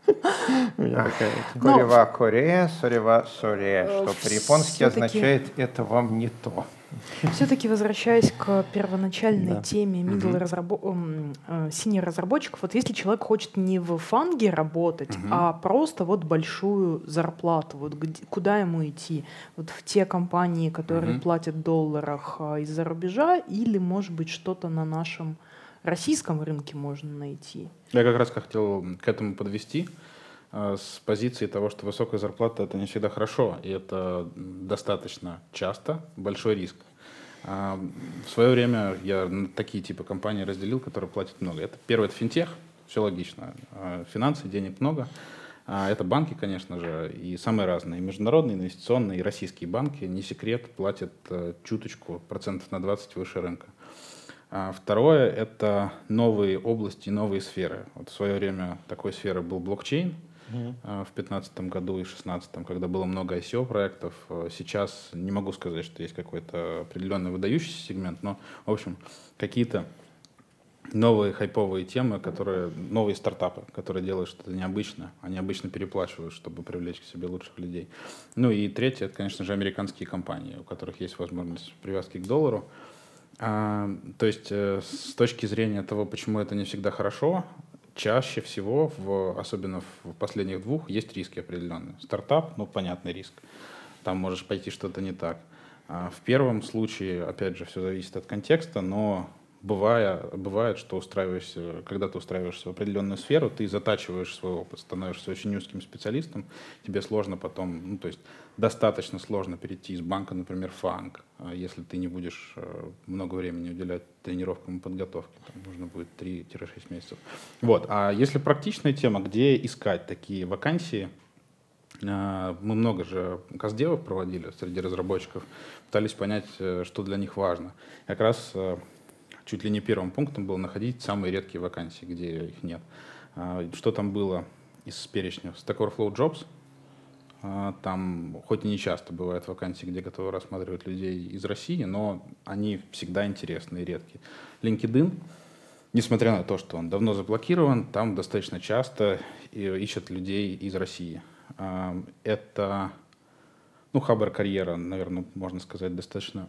У меня такая вот. Но- Корева коре, сорева соре, Э, что по-японски всё-таки- означает «это вам не то». Все-таки возвращаясь к первоначальной Да. теме middle разрабо- м, э, senior разработчиков, вот если человек хочет не в фанге работать, а просто вот большую зарплату, вот где- куда ему идти? Вот в те компании, которые Мгм. платят в долларах а, из-за рубежа, или, может быть, что-то на нашем российском рынке можно найти? Я как раз хотел к этому подвести э, с позиции того, что высокая зарплата — это не всегда хорошо, и это достаточно часто большой риск. А, В свое время я на такие типы компаний разделил, которые платят много. Это первое — это финтех, все логично. А, Финансы, денег много. А, Это банки, конечно же, и самые разные. И международные, и инвестиционные, и российские банки, не секрет, платят э, чуточку, процентов на двадцать выше рынка. А Второе — это новые области, новые сферы. Вот в свое время такой сферой был блокчейн Мгм. а, в две тысячи пятнадцатом году и две тысячи шестнадцатом, когда было много ай си о-проектов. А, Сейчас не могу сказать, что есть какой-то определенный выдающийся сегмент, но, в общем, какие-то новые хайповые темы, которые, новые стартапы, которые делают что-то необычное. Они обычно переплачивают, чтобы привлечь к себе лучших людей. Ну и третье — это, конечно же, американские компании, у которых есть возможность привязки к доллару. А, то есть э, с точки зрения того, почему это не всегда хорошо, чаще всего, в, особенно в последних двух, есть риски определенные. Стартап, ну, понятный риск. Там можешь пойти что-то не так. А в первом случае, опять же, все зависит от контекста, но бывая, бывает, что устраиваешься, когда ты устраиваешься в определенную сферу, ты затачиваешь свой опыт, становишься очень узким специалистом, тебе сложно потом, ну, то есть достаточно сложно перейти из банка, например, в фанк, если ты не будешь много времени уделять тренировкам и подготовке, там нужно будет три-шесть месяцев. Вот. А если практичная тема, где искать такие вакансии, мы много же каздевов проводили среди разработчиков, пытались понять, что для них важно. Как раз чуть ли не первым пунктом было находить самые редкие вакансии, где их нет. Что там было из перечня? Stack Overflow Jobs. Там хоть и не часто бывают вакансии, где готовы рассматривать людей из России, но они всегда интересные и редкие. LinkedIn, несмотря на то, что он давно заблокирован, там достаточно часто ищут людей из России. Это, ну, Хабр карьера, наверное, можно сказать, достаточно,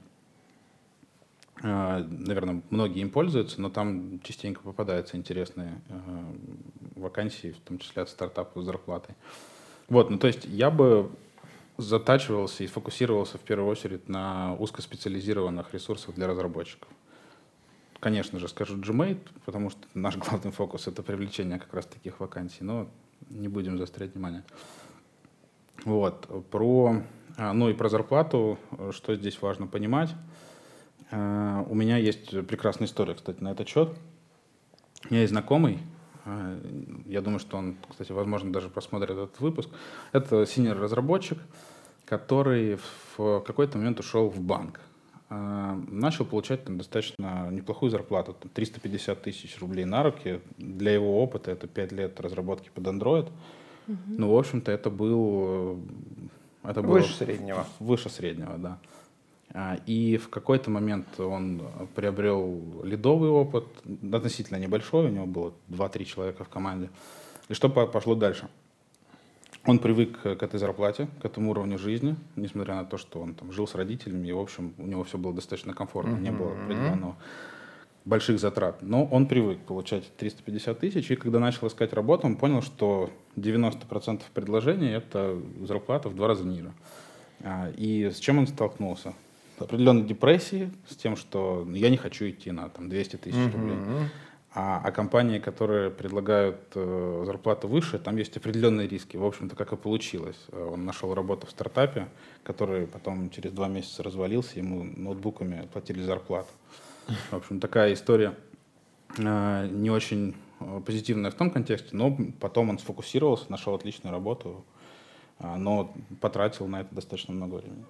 наверное, многие им пользуются, но там частенько попадаются интересные вакансии, в том числе от стартапов с зарплатой. Вот, ну, то есть я бы затачивался и сфокусировался в первую очередь на узкоспециализированных ресурсах для разработчиков. Конечно же, скажу Gmate, потому что наш главный фокус — это привлечение как раз таких вакансий, но не будем заострять внимание. Вот, про, ну и про зарплату, что здесь важно понимать. У меня есть прекрасная история, кстати, на этот счет. У меня есть знакомый, я думаю, что он, кстати, возможно, даже посмотрит этот выпуск. Это синьор-разработчик, который в какой-то момент ушел в банк. Начал получать там достаточно неплохую зарплату, там триста пятьдесят тысяч рублей на руки. Для его опыта это пять лет разработки под Android. Угу. Ну, в общем-то, это был... Это выше было среднего. Выше среднего, да. И в какой-то момент он приобрел лидовый опыт, относительно небольшой, у него было два-три человека в команде. И что пошло дальше? Он привык к этой зарплате, к этому уровню жизни, несмотря на то, что он там жил с родителями, и, в общем, у него все было достаточно комфортно, mm-hmm. не было определенного больших затрат. Но он привык получать триста пятьдесят тысяч, и когда начал искать работу, он понял, что девяносто процентов предложений — это зарплата в два раза ниже. И с чем он столкнулся? С определенной депрессией, с тем, что я не хочу идти на там, двести тысяч mm-hmm. рублей. А, а компании, которые предлагают э, зарплату выше, там есть определенные риски. В общем-то, как и получилось. Он нашел работу в стартапе, который потом через два месяца развалился, ему ноутбуками платили зарплату. В общем, такая история э, не очень позитивная в том контексте, но потом он сфокусировался, нашел отличную работу, э, но потратил на это достаточно много времени.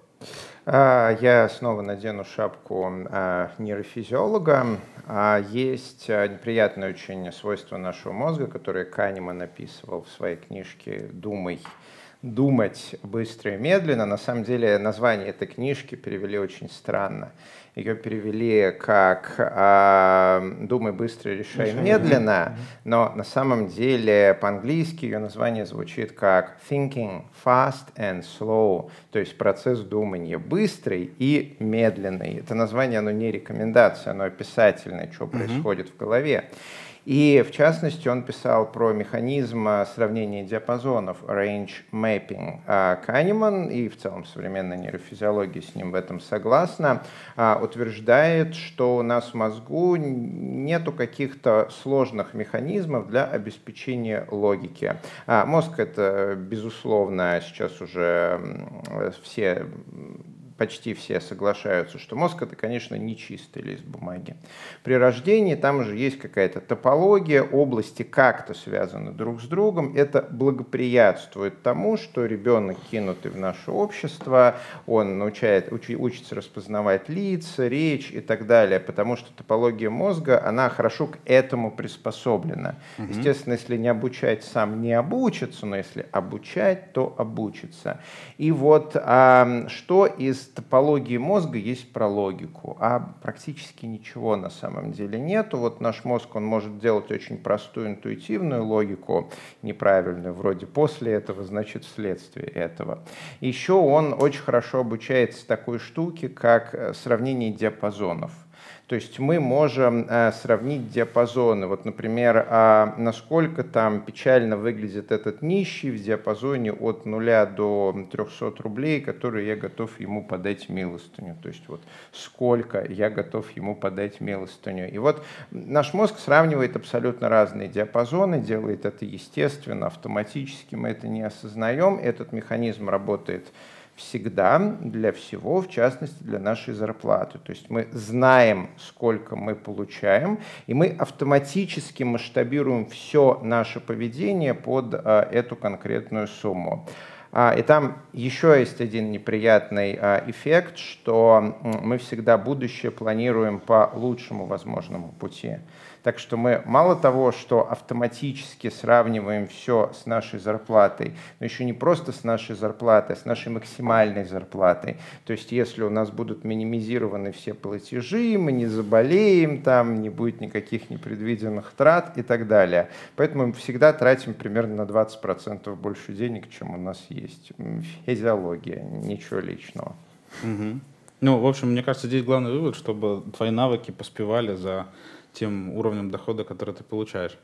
Я снова надену шапку нейрофизиолога. Есть неприятное очень свойство нашего мозга, которое Канеман описывал в своей книжке «Думай». Думать быстро и медленно. На самом деле название этой книжки перевели очень странно. Ее перевели как э, «Думай быстро, решай медленно», но на самом деле по-английски ее название звучит как «Thinking fast and slow», то есть процесс думания быстрый и медленный. Это название, оно не рекомендация, оно описательное, что происходит в голове. И, в частности, он писал про механизм сравнения диапазонов, range mapping. Канеман, и в целом современная нейрофизиология с ним в этом согласна, утверждает, что у нас в мозгу нету каких-то сложных механизмов для обеспечения логики. Мозг — это, безусловно, сейчас уже все... Почти все соглашаются, что мозг — это, конечно, не чистый лист бумаги. При рождении там уже есть какая-то топология, области как-то связаны друг с другом. Это благоприятствует тому, что ребенок, кинутый в наше общество, он научает, учи, учится распознавать лица, речь и так далее, потому что топология мозга, она хорошо к этому приспособлена. Угу. Естественно, если не обучать, сам не обучится, но если обучать, то обучится. И вот а, что из топологии мозга есть про логику, а практически ничего на самом деле нету. Вот наш мозг, он может делать очень простую интуитивную логику, неправильную, вроде после этого, значит вследствие этого. Еще он очень хорошо обучается такой штуке, как сравнение диапазонов. То есть мы можем э, сравнить диапазоны. Вот, например, э, насколько там печально выглядит этот нищий в диапазоне от нуля до трехсот рублей, которые я готов ему подать милостыню. То есть вот сколько я готов ему подать милостыню. И вот наш мозг сравнивает абсолютно разные диапазоны, делает это естественно, автоматически, мы это не осознаем. Этот механизм работает всегда для всего, в частности для нашей зарплаты. То есть мы знаем, сколько мы получаем, и мы автоматически масштабируем все наше поведение под а, эту конкретную сумму. А, и там еще есть один неприятный а, эффект, что мы всегда будущее планируем по лучшему возможному пути. Так что мы мало того, что автоматически сравниваем все с нашей зарплатой, но еще не просто с нашей зарплатой, а с нашей максимальной зарплатой. То есть если у нас будут минимизированы все платежи, мы не заболеем, там не будет никаких непредвиденных трат и так далее. Поэтому мы всегда тратим примерно на двадцать процентов больше денег, чем у нас есть. Физиология, ничего личного. Угу. Ну, в общем, мне кажется, здесь главный вывод, чтобы твои навыки поспевали за тем уровнем дохода, который ты получаешь.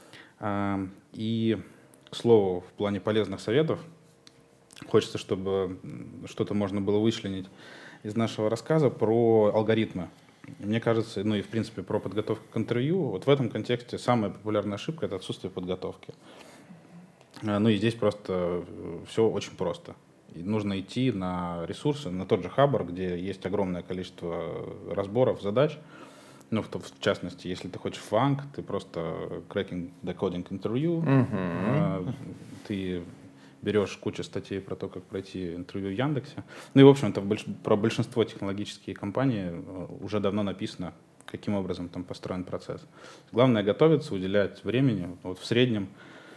И, к слову, в плане полезных советов, хочется, чтобы что-то можно было вычленить из нашего рассказа про алгоритмы. Мне кажется, ну и в принципе про подготовку к интервью, вот в этом контексте самая популярная ошибка — это отсутствие подготовки. Ну и здесь просто все очень просто. И нужно идти на ресурсы, на тот же Хабр, где есть огромное количество разборов, задач. Ну, в, в частности, если ты хочешь фанк, ты просто cracking decoding интервью, Mm-hmm. э, ты берешь кучу статей про то, как пройти интервью в Яндексе. Ну и, в общем, это больш, про большинство технологических компаний уже давно написано, каким образом там построен процесс. Главное — готовиться, уделять времени. Вот в среднем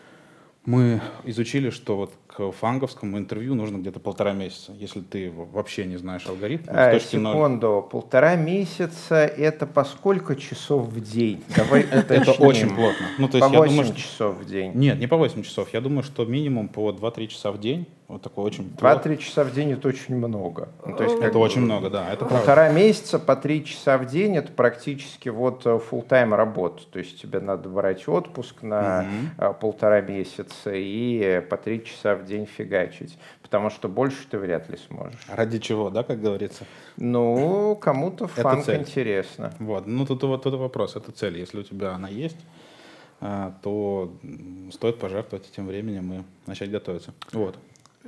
мы изучили, что вот к фанговскому интервью нужно где-то полтора месяца, если ты вообще не знаешь алгоритм. А, секунду, ноль. Полтора месяца — это по сколько часов в день? Давай это очень плотно. Ну, то есть по восемь часов в день? Нет, не по восемь часов. Я думаю, что минимум по два-три часа в день. Вот такой очень. два-три часа в день — это очень много. Ну, то есть, это очень много, да. Это полтора правда. месяца по три часа в день — это практически вот full-time работа. То есть тебе надо брать отпуск на угу. полтора месяца и по три часа в день фигачить. Потому что больше ты вряд ли сможешь. Ради чего, да, как говорится? Ну, кому-то фанк интересно. Вот, ну тут вот тут вопрос, это цель. Если у тебя она есть, то стоит пожертвовать этим временем и начать готовиться. Вот.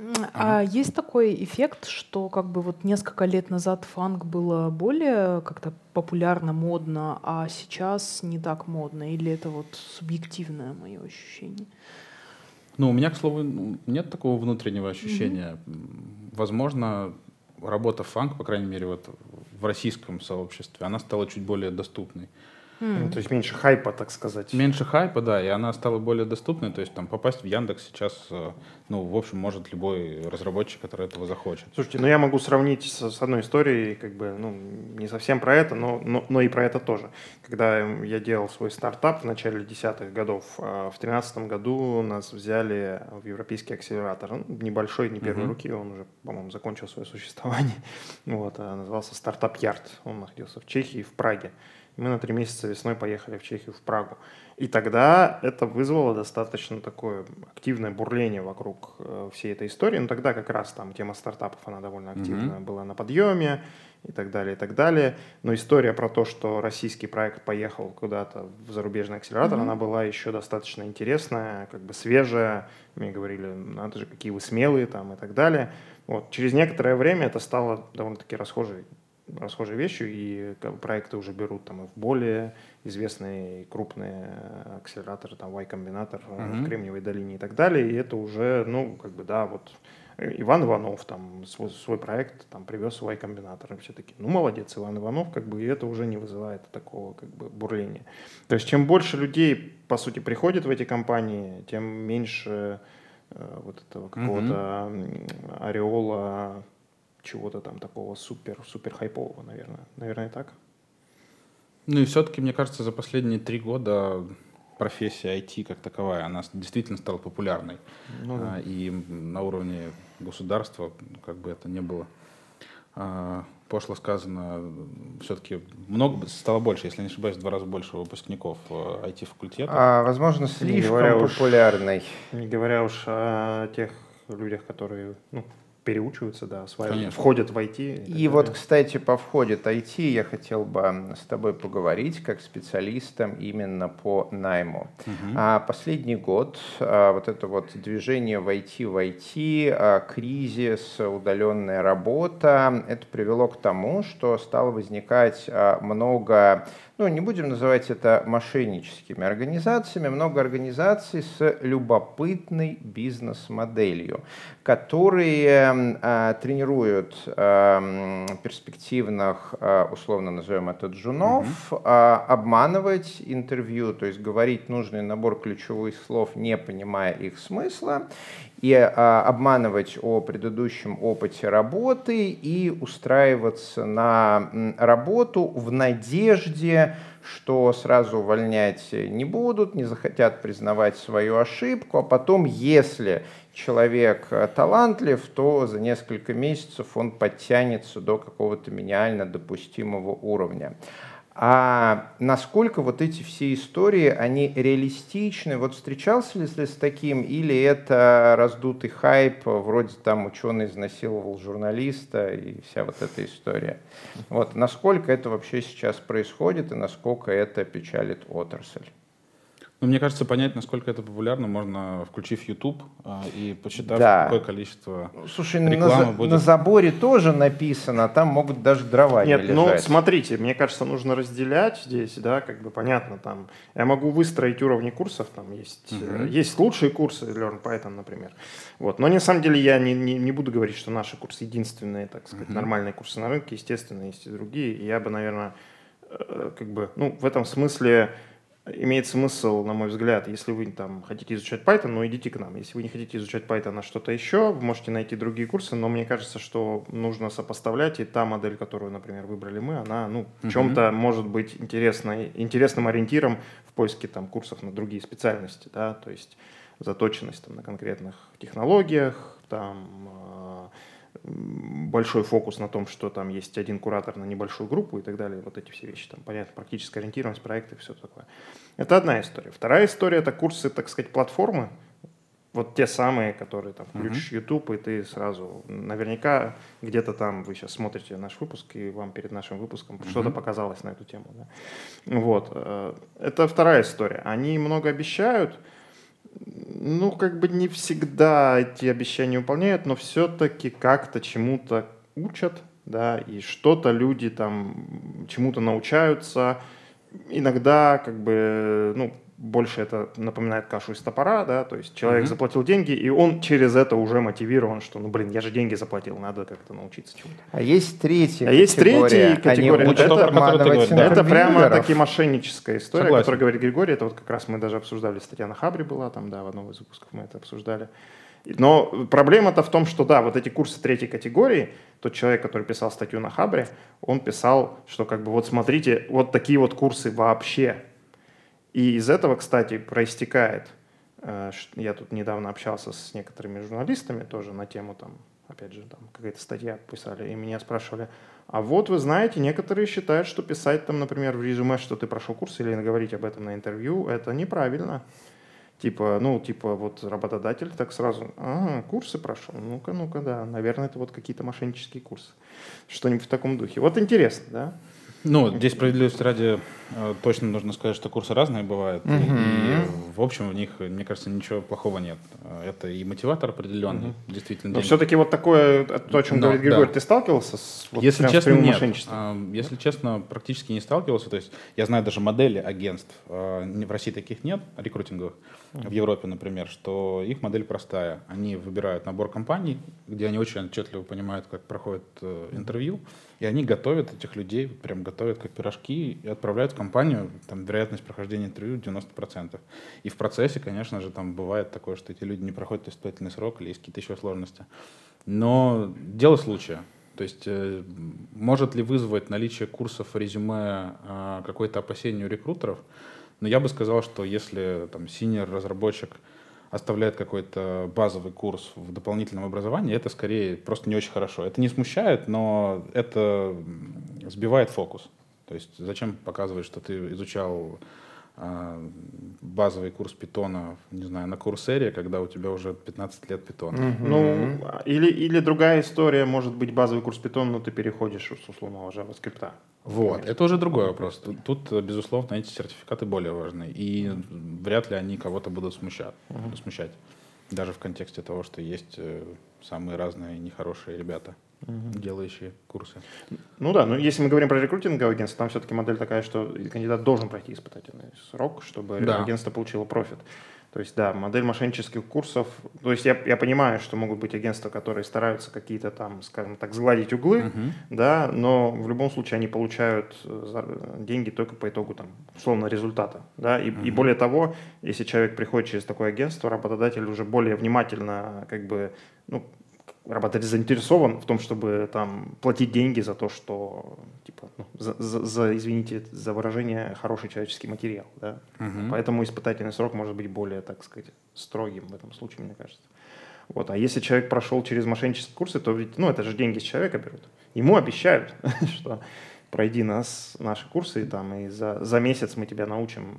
А mm-hmm. есть такой эффект, что как бы вот несколько лет назад фанк было более как-то популярно, модно, а сейчас не так модно? Или это вот субъективное мое ощущение? Ну, у меня, к слову, нет такого внутреннего ощущения. Mm-hmm. Возможно, работа фанк, по крайней мере, вот в российском сообществе, она стала чуть более доступной. Mm. Ну, то есть меньше хайпа, так сказать. Меньше хайпа, да, и она стала более доступной. То есть там попасть в Яндекс сейчас, ну, в общем, может любой разработчик, который этого захочет. Слушайте, ну я могу сравнить с, с одной историей, как бы, ну, не совсем про это, но, но, но и про это тоже. Когда я делал свой стартап в начале десятых годов, в две тысячи тринадцатом году нас взяли в европейский акселератор. Он небольшой, не первой uh-huh. руки, он уже, по-моему, закончил свое существование. Вот, назывался Startup Yard. Он находился в Чехии, в Праге. Мы на три месяца весной поехали в Чехию, в Прагу. И тогда это вызвало достаточно такое активное бурление вокруг э, всей этой истории. Но тогда как раз там тема стартапов, она довольно активная mm-hmm. была на подъеме и так далее, и так далее. Но история про то, что российский проект поехал куда-то в зарубежный акселератор, mm-hmm. она была еще достаточно интересная, как бы свежая. Мне говорили, надо же, какие вы смелые там и так далее. Вот. Через некоторое время это стало довольно-таки расхожей расхожей вещью, и проекты уже берут там и в более известные крупные акселераторы, там Y-комбинатор mm-hmm. в Кремниевой долине и так далее, и это уже, ну, как бы, да, вот Иван Иванов там свой, свой проект там привез Y-комбинатор, и все таки, ну, молодец, Иван Иванов, как бы, и это уже не вызывает такого, как бы, бурления. То есть, чем больше людей, по сути, приходит в эти компании, тем меньше э, вот этого какого-то mm-hmm. ореола чего-то там такого супер, супер хайпового, наверное. Наверное, так. Ну и все-таки, мне кажется, за последние три года профессия ай ти как таковая, она действительно стала популярной. Ну, да. И на уровне государства, как бы это ни было пошло сказано, все-таки много, стало больше, если не ошибаюсь, в два раза больше выпускников ай ти-факультетов. А, возможно, слишком популярный. Уж, не говоря уж о тех людях, которые ну, переучиваются, да, осваивают, Конечно. входят в ай ти. И, и вот, кстати, по входе ай ти я хотел бы с тобой поговорить как специалистом именно по найму. Угу. А последний год а, вот это вот движение в ай ти в ай ти, а, кризис, удаленная работа, это привело к тому, что стало возникать а, много, ну, не будем называть это мошенническими организациями, много организаций с любопытной бизнес-моделью, которые э, тренируют э, перспективных, э, условно назовем это, джунов, mm-hmm. э, обманывать интервью, то есть говорить нужный набор ключевых слов, не понимая их смысла, и э, обманывать о предыдущем опыте работы и устраиваться на м, работу в надежде, что сразу увольнять не будут, не захотят признавать свою ошибку, а потом, если человек талантлив, то за несколько месяцев он подтянется до какого-то минимально допустимого уровня. А насколько вот эти все истории, они реалистичны? Вот встречался ли ты с таким, или это раздутый хайп, вроде там ученый изнасиловал журналиста и вся вот эта история? Вот насколько это вообще сейчас происходит и насколько это печалит отрасль? Ну, мне кажется, понять, насколько это популярно, можно, включив YouTube а, и почитав, да. какое количество Слушай, рекламы на, будет. на заборе тоже написано, там могут даже дрова Нет, не лежать. ну смотрите, мне кажется, нужно разделять здесь, да, как бы понятно, там, я могу выстроить уровни курсов, там есть, uh-huh. есть лучшие курсы, Learn Python, например, вот, но на самом деле я не, не, не буду говорить, что наши курсы единственные, так сказать, uh-huh. нормальные курсы на рынке, естественно, есть и другие, и я бы, наверное, как бы, ну, в этом смысле имеет смысл, на мой взгляд, если вы там хотите изучать Python, ну идите к нам. Если вы не хотите изучать Python, а что-то еще, вы можете найти другие курсы, но мне кажется, что нужно сопоставлять, и та модель, которую, например, выбрали мы, она, ну, в uh-huh. чем-то может быть интересной, интересным ориентиром в поиске там курсов на другие специальности, да, то есть заточенность там на конкретных технологиях, там большой фокус на том, что там есть один куратор на небольшую группу и так далее, вот эти все вещи, там, понятно, практическая ориентированность, проекты и все такое. Это одна история. Вторая история — это курсы, так сказать, платформы, вот те самые, которые там включишь uh-huh. YouTube, и ты сразу, наверняка где-то там вы сейчас смотрите наш выпуск, и вам перед нашим выпуском uh-huh. что-то показалось на эту тему. Да? Вот. Это вторая история. Они много обещают, ну, как бы не всегда эти обещания выполняют, но все-таки как-то чему-то учат, да, и что-то люди там чему-то научаются. Иногда, как бы, ну, больше это напоминает кашу из топора, да, то есть человек mm-hmm. заплатил деньги, и он через это уже мотивирован, что, ну, блин, я же деньги заплатил, надо как-то научиться чему-то. А есть третья а есть категория. третья категория. Они это, обманывать да. это прямо таки мошенническая история, Согласен. которую говорит Григорий. Это вот как раз мы даже обсуждали, статья на Хабре была, там, да, в одном из выпусков мы это обсуждали. Но проблема-то в том, что, да, вот эти курсы третьей категории, тот человек, который писал статью на Хабре, он писал, что как бы вот смотрите, вот такие вот курсы вообще. И из этого, кстати, проистекает, я тут недавно общался с некоторыми журналистами тоже на тему, там, опять же, там какая-то статья писали, и меня спрашивали, а вот вы знаете, некоторые считают, что писать там, например, в резюме, что ты прошел курс, или говорить об этом на интервью, это неправильно. Типа, ну, типа, вот работодатель так сразу, ага, курсы прошел, ну-ка, ну-ка, да, наверное, это вот какие-то мошеннические курсы. Что-нибудь в таком духе. Вот интересно, да? Ну, здесь справедливости ради э, точно нужно сказать, что курсы разные бывают. Uh-huh. И, в общем, в них, мне кажется, ничего плохого нет. Это и мотиватор определенный, uh-huh. действительно. Но деньги. Все-таки вот такое, то, о чем Но, говорит Григорий, да. ты сталкивался с вот если прям честно, с прямым нет. мошенничеством? А, если честно, практически не сталкивался. То есть я знаю даже модели агентств. А, в России таких нет, рекрутинговых. Uh-huh. В Европе, например, что их модель простая. Они выбирают набор компаний, где они очень отчетливо понимают, как проходит э, интервью. И они готовят этих людей, прям готовят как пирожки и отправляют в компанию. Там вероятность прохождения интервью девяносто процентов. И в процессе, конечно же, там бывает такое, что эти люди не проходят испытательный срок или есть какие-то еще сложности. Но дело случая. То есть э, может ли вызвать наличие курсов резюме э, какое-то опасение у рекрутеров? Но я бы сказал, что если там синьор разработчик оставляет какой-то базовый курс в дополнительном образовании, это скорее просто не очень хорошо. Это не смущает, но это сбивает фокус. То есть зачем показывать, что ты изучал а, базовый курс питона, не знаю, на Курсере, когда у тебя уже пятнадцать лет питона. Mm-hmm. Ну, или, или другая история, может быть, базовый курс питона, но ты переходишь с условного JavaScript. Вот, это уже другой вопрос. Тут, тут, безусловно, эти сертификаты более важны. И вряд ли они кого-то будут смущать, mm-hmm. смущать. Даже в контексте того, что есть самые разные нехорошие ребята, mm-hmm. делающие курсы. Ну да, но если мы говорим про рекрутинговое агентство, там все-таки модель такая, что кандидат должен пройти испытательный срок, чтобы да. агентство получило профит. То есть, да, модель мошеннических курсов. То есть я, я понимаю, что могут быть агентства, которые стараются какие-то там, скажем так, сгладить углы, uh-huh. да, но в любом случае они получают деньги только по итогу, там, условно, результата. Да, и, uh-huh. и более того, если человек приходит через такое агентство, работодатель уже более внимательно, как бы, ну, работодатель заинтересован в том, чтобы там платить деньги за то, что, типа, ну, за, за, за, извините за выражение, хороший человеческий материал. Да? Uh-huh. Поэтому испытательный срок может быть более, так сказать, строгим в этом случае, мне кажется. Вот. А если человек прошел через мошеннические курсы, то ведь, ну, это же деньги с человека берут. Ему обещают, что пройди нас, наши курсы, и, там, и за, за месяц мы тебя научим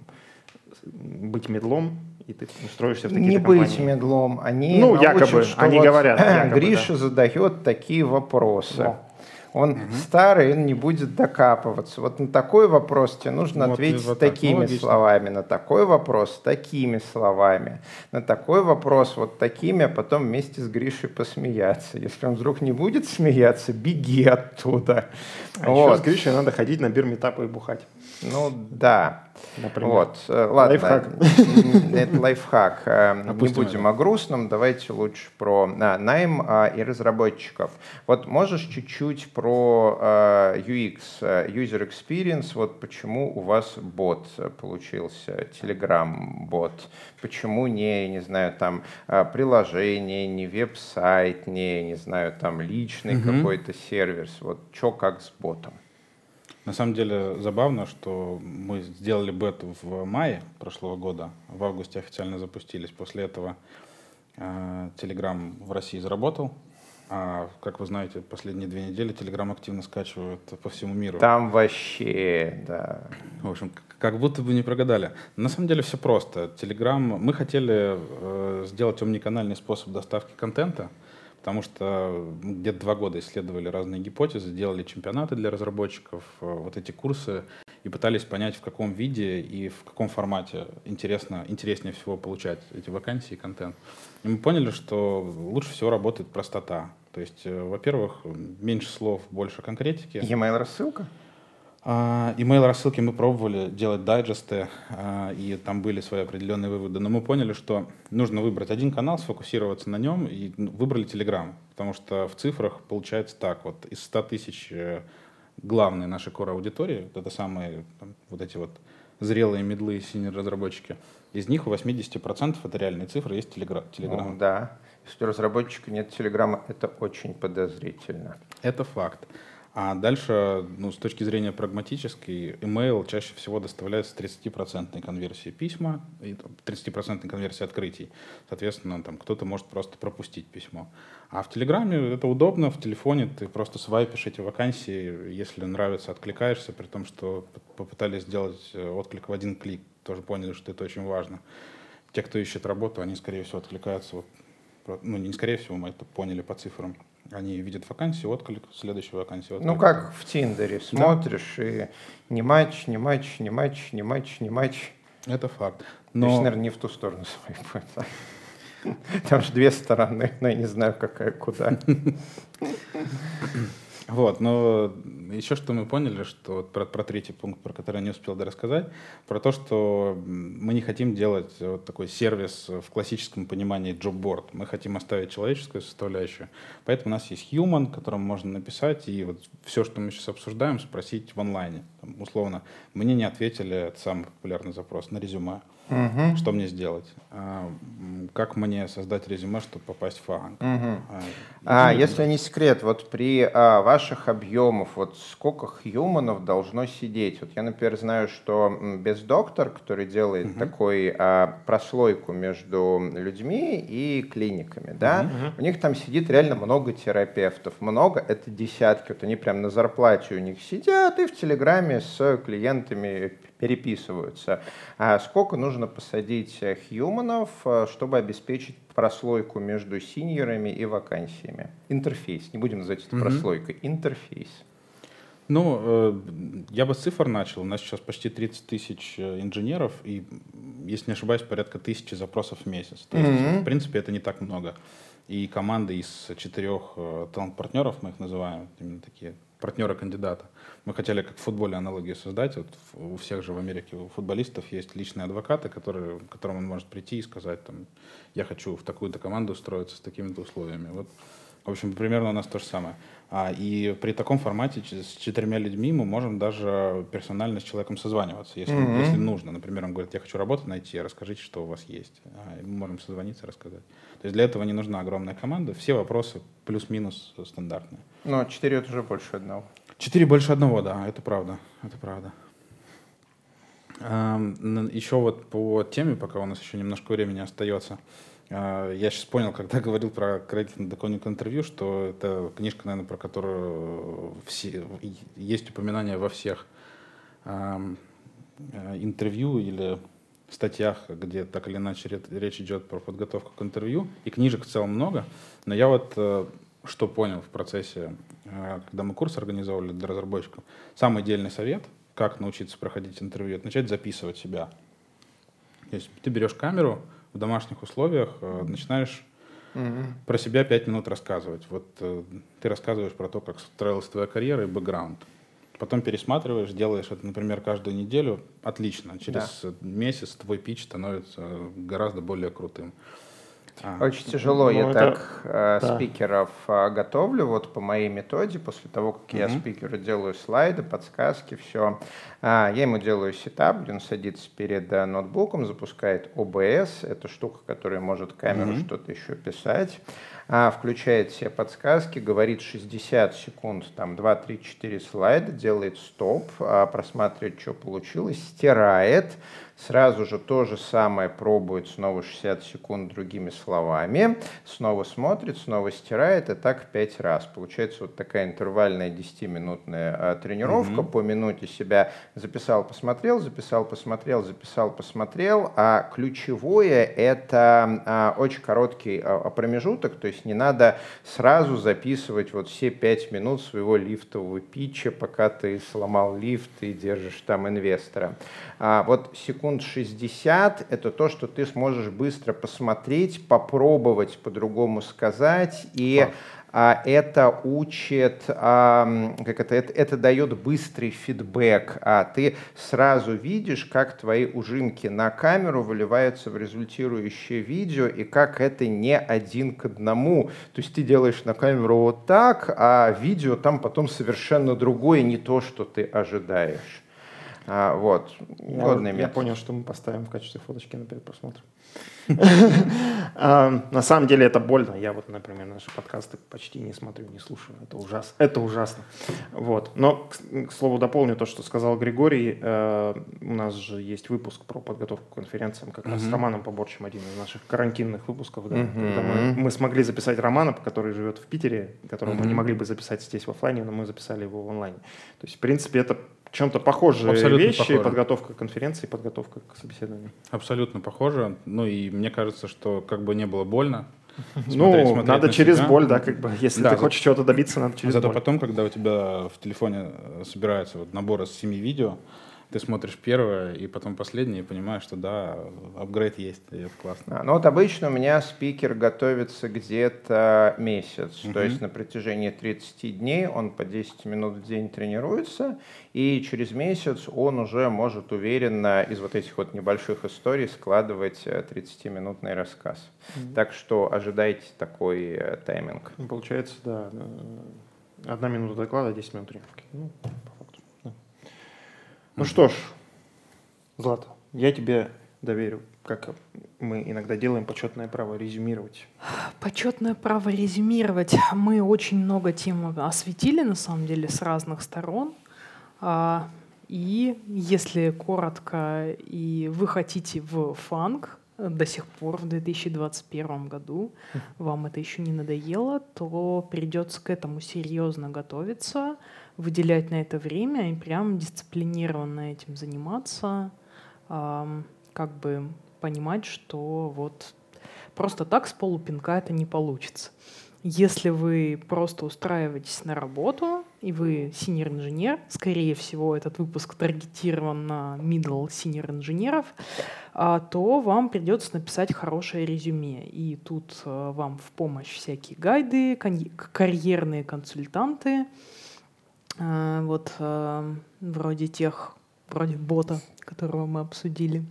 быть медлом, и ты устроишься в такие Не компании. быть медлом. Они ну, научат, якобы, что они вот говорят. Якобы, Гриша да. задает такие вопросы. Но. Он угу. старый, он не будет докапываться. Вот на такой вопрос тебе нужно вот ответить вот такими так, словами, на такой вопрос такими словами, на такой вопрос вот такими, а потом вместе с Гришей посмеяться. Если он вдруг не будет смеяться, беги оттуда. А вот. Еще с Гришей надо ходить на бирметапы и бухать. Ну да. Например. Вот. Ладно, лайфхак. Это лайфхак. Не будем о грустном, давайте лучше про а, найм а, и разработчиков. Вот можешь чуть-чуть про а, ю экс, User Experience, вот почему у вас бот получился, Telegram-бот, почему не, не знаю, там приложение, не веб-сайт, не, не знаю, там личный mm-hmm. какой-то сервис, вот что как с ботом? На самом деле забавно, что мы сделали бету в мае прошлого года, в августе официально запустились. После этого э, Telegram в России заработал, а, как вы знаете, последние две недели Telegram активно скачивают по всему миру. Там вообще, да. В общем, как будто бы не прогадали. На самом деле все просто. Telegram, мы хотели э, сделать омниканальный способ доставки контента, потому что где-то два года исследовали разные гипотезы, делали чемпионаты для разработчиков, вот эти курсы, и пытались понять, в каком виде и в каком формате интересно, интереснее всего получать эти вакансии и контент. И мы поняли, что лучше всего работает простота. То есть, во-первых, меньше слов, больше конкретики. E-mail рассылка? Email рассылки мы пробовали делать дайджесты, uh, и там были свои определенные выводы, но мы поняли, что нужно выбрать один канал, сфокусироваться на нем, и выбрали Telegram, потому что в цифрах получается так, вот из ста тысяч главной нашей core-аудитории, это самые там, вот эти вот зрелые медлы, синер-разработчики, из них у восемьдесят процентов, это реальные цифры, есть Telegram. Ну, да, если у разработчика нет Telegram, это очень подозрительно. Это факт. А дальше, ну, с точки зрения прагматической, email чаще всего доставляет с тридцатипроцентной конверсией письма и тридцатипроцентной конверсией открытий. Соответственно, там кто-то может просто пропустить письмо. А в Телеграме это удобно, в телефоне ты просто свайпишь эти вакансии, если нравится, откликаешься, при том, что попытались сделать отклик в один клик, тоже поняли, что это очень важно. Те, кто ищет работу, они, скорее всего, откликаются, вот, ну, не скорее всего, мы это поняли по цифрам. Они видят вакансию, отклик, следующую вакансию. Отклик. Ну, как в Тиндере. Смотришь, да. И не матч, не матч, не матч, не матч, не матч. Это факт. Но... Значит, наверное, не в ту сторону свайпать. Там же две стороны, но я не знаю, какая куда. Вот, но еще что мы поняли, что про, про третий пункт, про который я не успел рассказать, про то, что мы не хотим делать вот такой сервис в классическом понимании job-board. Мы хотим оставить человеческую составляющую. Поэтому у нас есть human, которому можно написать, и вот все, что мы сейчас обсуждаем, спросить в онлайне. Там, условно, мне не ответили, это самый популярный запрос, на резюме. Угу. Что мне сделать? А, как мне создать резюме, чтобы попасть в фанк? Угу. А, а если не секрет, вот при а, вашем ваших объемов, вот сколько хьюманов должно сидеть? Вот я, например, знаю, что Бездоктор, который делает uh-huh. такой а, прослойку между людьми и клиниками, да, uh-huh. у них там сидит реально много терапевтов, много, это десятки, вот они прям на зарплате у них сидят и в Телеграме с клиентами переписываются. А сколько нужно посадить хьюманов, чтобы обеспечить прослойку между синьорами и вакансиями? Интерфейс. Не будем называть это mm-hmm. прослойкой. Интерфейс. Ну, э, я бы с цифр начал. У нас сейчас почти тридцать тысяч инженеров, и, если не ошибаюсь, порядка тысячи запросов в месяц. То есть, mm-hmm. в принципе, это не так много. И команды из четырех э, талант-партнеров, мы их называем, именно такие партнеры-кандидата. Мы хотели как в футболе аналогию создать. Вот у всех же в Америке, у футболистов есть личные адвокаты, которые, к которым он может прийти и сказать, там, я хочу в такую-то команду устроиться с такими-то условиями. Вот, в общем, примерно у нас то же самое. А, и при таком формате с четырьмя людьми мы можем даже персонально с человеком созваниваться, если, mm-hmm. если нужно. Например, он говорит, я хочу работу найти, расскажите, что у вас есть. А, и мы можем созвониться и рассказать. То есть для этого не нужна огромная команда. Все вопросы плюс-минус стандартные. Но четыре — это уже больше одного. Четыре больше одного, да, это правда, это правда. Еще вот по теме, пока у нас еще немножко времени остается, я сейчас понял, когда говорил про Creative Decoding интервью, что это книжка, наверное, про которую все, есть упоминания во всех интервью или статьях, где так или иначе речь идет про подготовку к интервью, и книжек в целом много, но я вот что понял в процессе, когда мы курс организовывали для разработчиков, самый дельный совет, как научиться проходить интервью, это начать записывать себя. То есть ты берешь камеру в домашних условиях, начинаешь mm-hmm. про себя пять минут рассказывать. Вот ты рассказываешь про то, как строилась твоя карьера и бэкграунд. Потом пересматриваешь, делаешь это, например, каждую неделю. Отлично. Через да. месяц твой питч становится гораздо более крутым. А, Очень тяжело. Ну, я это... так э, да. спикеров э, готовлю вот по моей методе. После того, как mm-hmm. я спикеру делаю слайды, подсказки, все. А, я ему делаю сетап, где он садится перед э, ноутбуком, запускает о бэ эс. Это штука, которая может камеру mm-hmm. что-то еще писать. А, включает все подсказки, говорит шестьдесят секунд, там два, три, четыре слайда, делает стоп, а, просматривает, что получилось, стирает. Сразу же то же самое пробует снова шестьдесят секунд другими словами, снова смотрит, снова стирает, и так пять раз. Получается вот такая интервальная десятиминутная а, тренировка. Mm-hmm. По минуте себя записал, посмотрел, записал, посмотрел, записал, посмотрел. А ключевое — это а, очень короткий а, промежуток, то есть не надо сразу записывать вот все пять минут своего лифтового питча, пока ты сломал лифт и держишь там инвестора. А, вот секунд шестьдесят — это то, что ты сможешь быстро посмотреть, попробовать по-другому сказать, и а, это учит, а, как это, это, это дает быстрый фидбэк, а ты сразу видишь, как твои ужимки на камеру выливаются в результирующее видео, и как это не один к одному. То есть ты делаешь на камеру вот так, а видео там потом совершенно другое, не то, что ты ожидаешь. А, вот. Я, я понял, что мы поставим в качестве фоточки на перепросмотр. На самом деле это больно. Я вот, например, наши подкасты почти не смотрю, не слушаю. Это ужасно. Это ужасно. Вот. Но, к слову, дополню то, что сказал Григорий. У нас же есть выпуск про подготовку к конференциям, как раз с Романом Поборчем, один из наших карантинных выпусков. Когда мы смогли записать Романа, который живет в Питере, которого мы не могли бы записать здесь в офлайне, но мы записали его в онлайне. То есть, в принципе, это чем-то похожие Абсолютно вещи, похоже. Подготовка к конференции, подготовка к собеседованию. Абсолютно похоже. Ну и мне кажется, что как бы не было больно. Смотреть, ну, смотреть надо через себя. боль, да, как бы, если да, ты за... хочешь чего-то добиться, надо через Зато боль. Зато потом, когда у тебя в телефоне собирается вот набор из семи видео, ты смотришь первое и потом последнее и понимаешь, что да, апгрейд есть, и это классно. А, ну вот обычно у меня спикер готовится где-то месяц, uh-huh. то есть на протяжении тридцати дней он по десять минут в день тренируется, и через месяц он уже может уверенно из вот этих вот небольших историй складывать тридцатиминутный рассказ. Uh-huh. Так что ожидайте такой э, тайминг. Получается, да, одна минута доклада, десять минут тренировки. Ну, Ну что ж, Злата, я тебе доверю, как мы иногда делаем почетное право резюмировать. Почетное право резюмировать. Мы очень много тем осветили, на самом деле, с разных сторон. И если коротко, и вы хотите в фанк до сих пор, в две тысячи двадцать первом году, вам это еще не надоело, то придется к этому серьезно готовиться, выделять на это время и прям дисциплинированно этим заниматься, как бы понимать, что вот просто так с полупинка это не получится. Если вы просто устраиваетесь на работу, и вы senior-инженер, скорее всего, этот выпуск таргетирован на middle senior-инженеров, то вам придется написать хорошее резюме. И тут вам в помощь всякие гайды, карьерные консультанты, вот вроде тех, вроде бота, которого мы обсудили.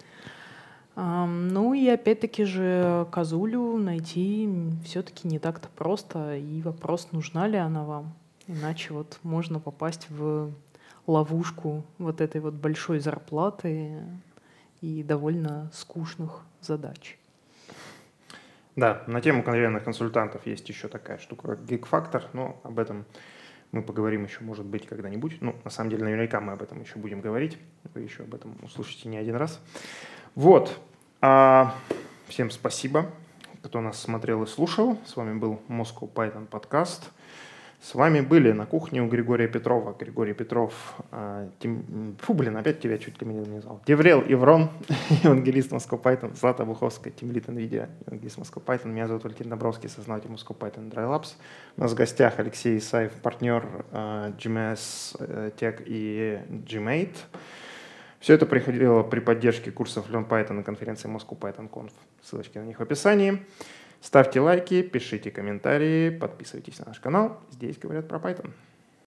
Ну и опять-таки же козулю найти все-таки не так-то просто. И вопрос, нужна ли она вам. Иначе вот можно попасть в ловушку вот этой вот большой зарплаты и довольно скучных задач. Да, на тему карьерных консультантов есть еще такая штука, как гиг-фактор, но об этом мы поговорим еще, может быть, когда-нибудь. Ну, на самом деле, наверняка мы об этом еще будем говорить. Вы еще об этом услышите не один раз. Вот. А, всем спасибо, кто нас смотрел и слушал. С вами был Moscow Python подкаст. С вами были на кухне у Григория Петрова. Григорий Петров, а, тем... фу, блин, опять тебя чуть ли не назвал. Деврел Иврон, евангелист Moscow Python. Злата Буховская, тимлид NVIDIA, евангелист Moscow Python. Меня зовут Валентин Добровский, сооснователь Moscow Python Dry Labs. У нас в гостях Алексей Исаев, партнер а, джи эм эс Tech и Gmate. Все это приходило при поддержке курсов Learn Python на конференции Moscow Python Conf. Ссылочки на них в описании. Ставьте лайки, пишите комментарии, подписывайтесь на наш канал. Здесь говорят про Python.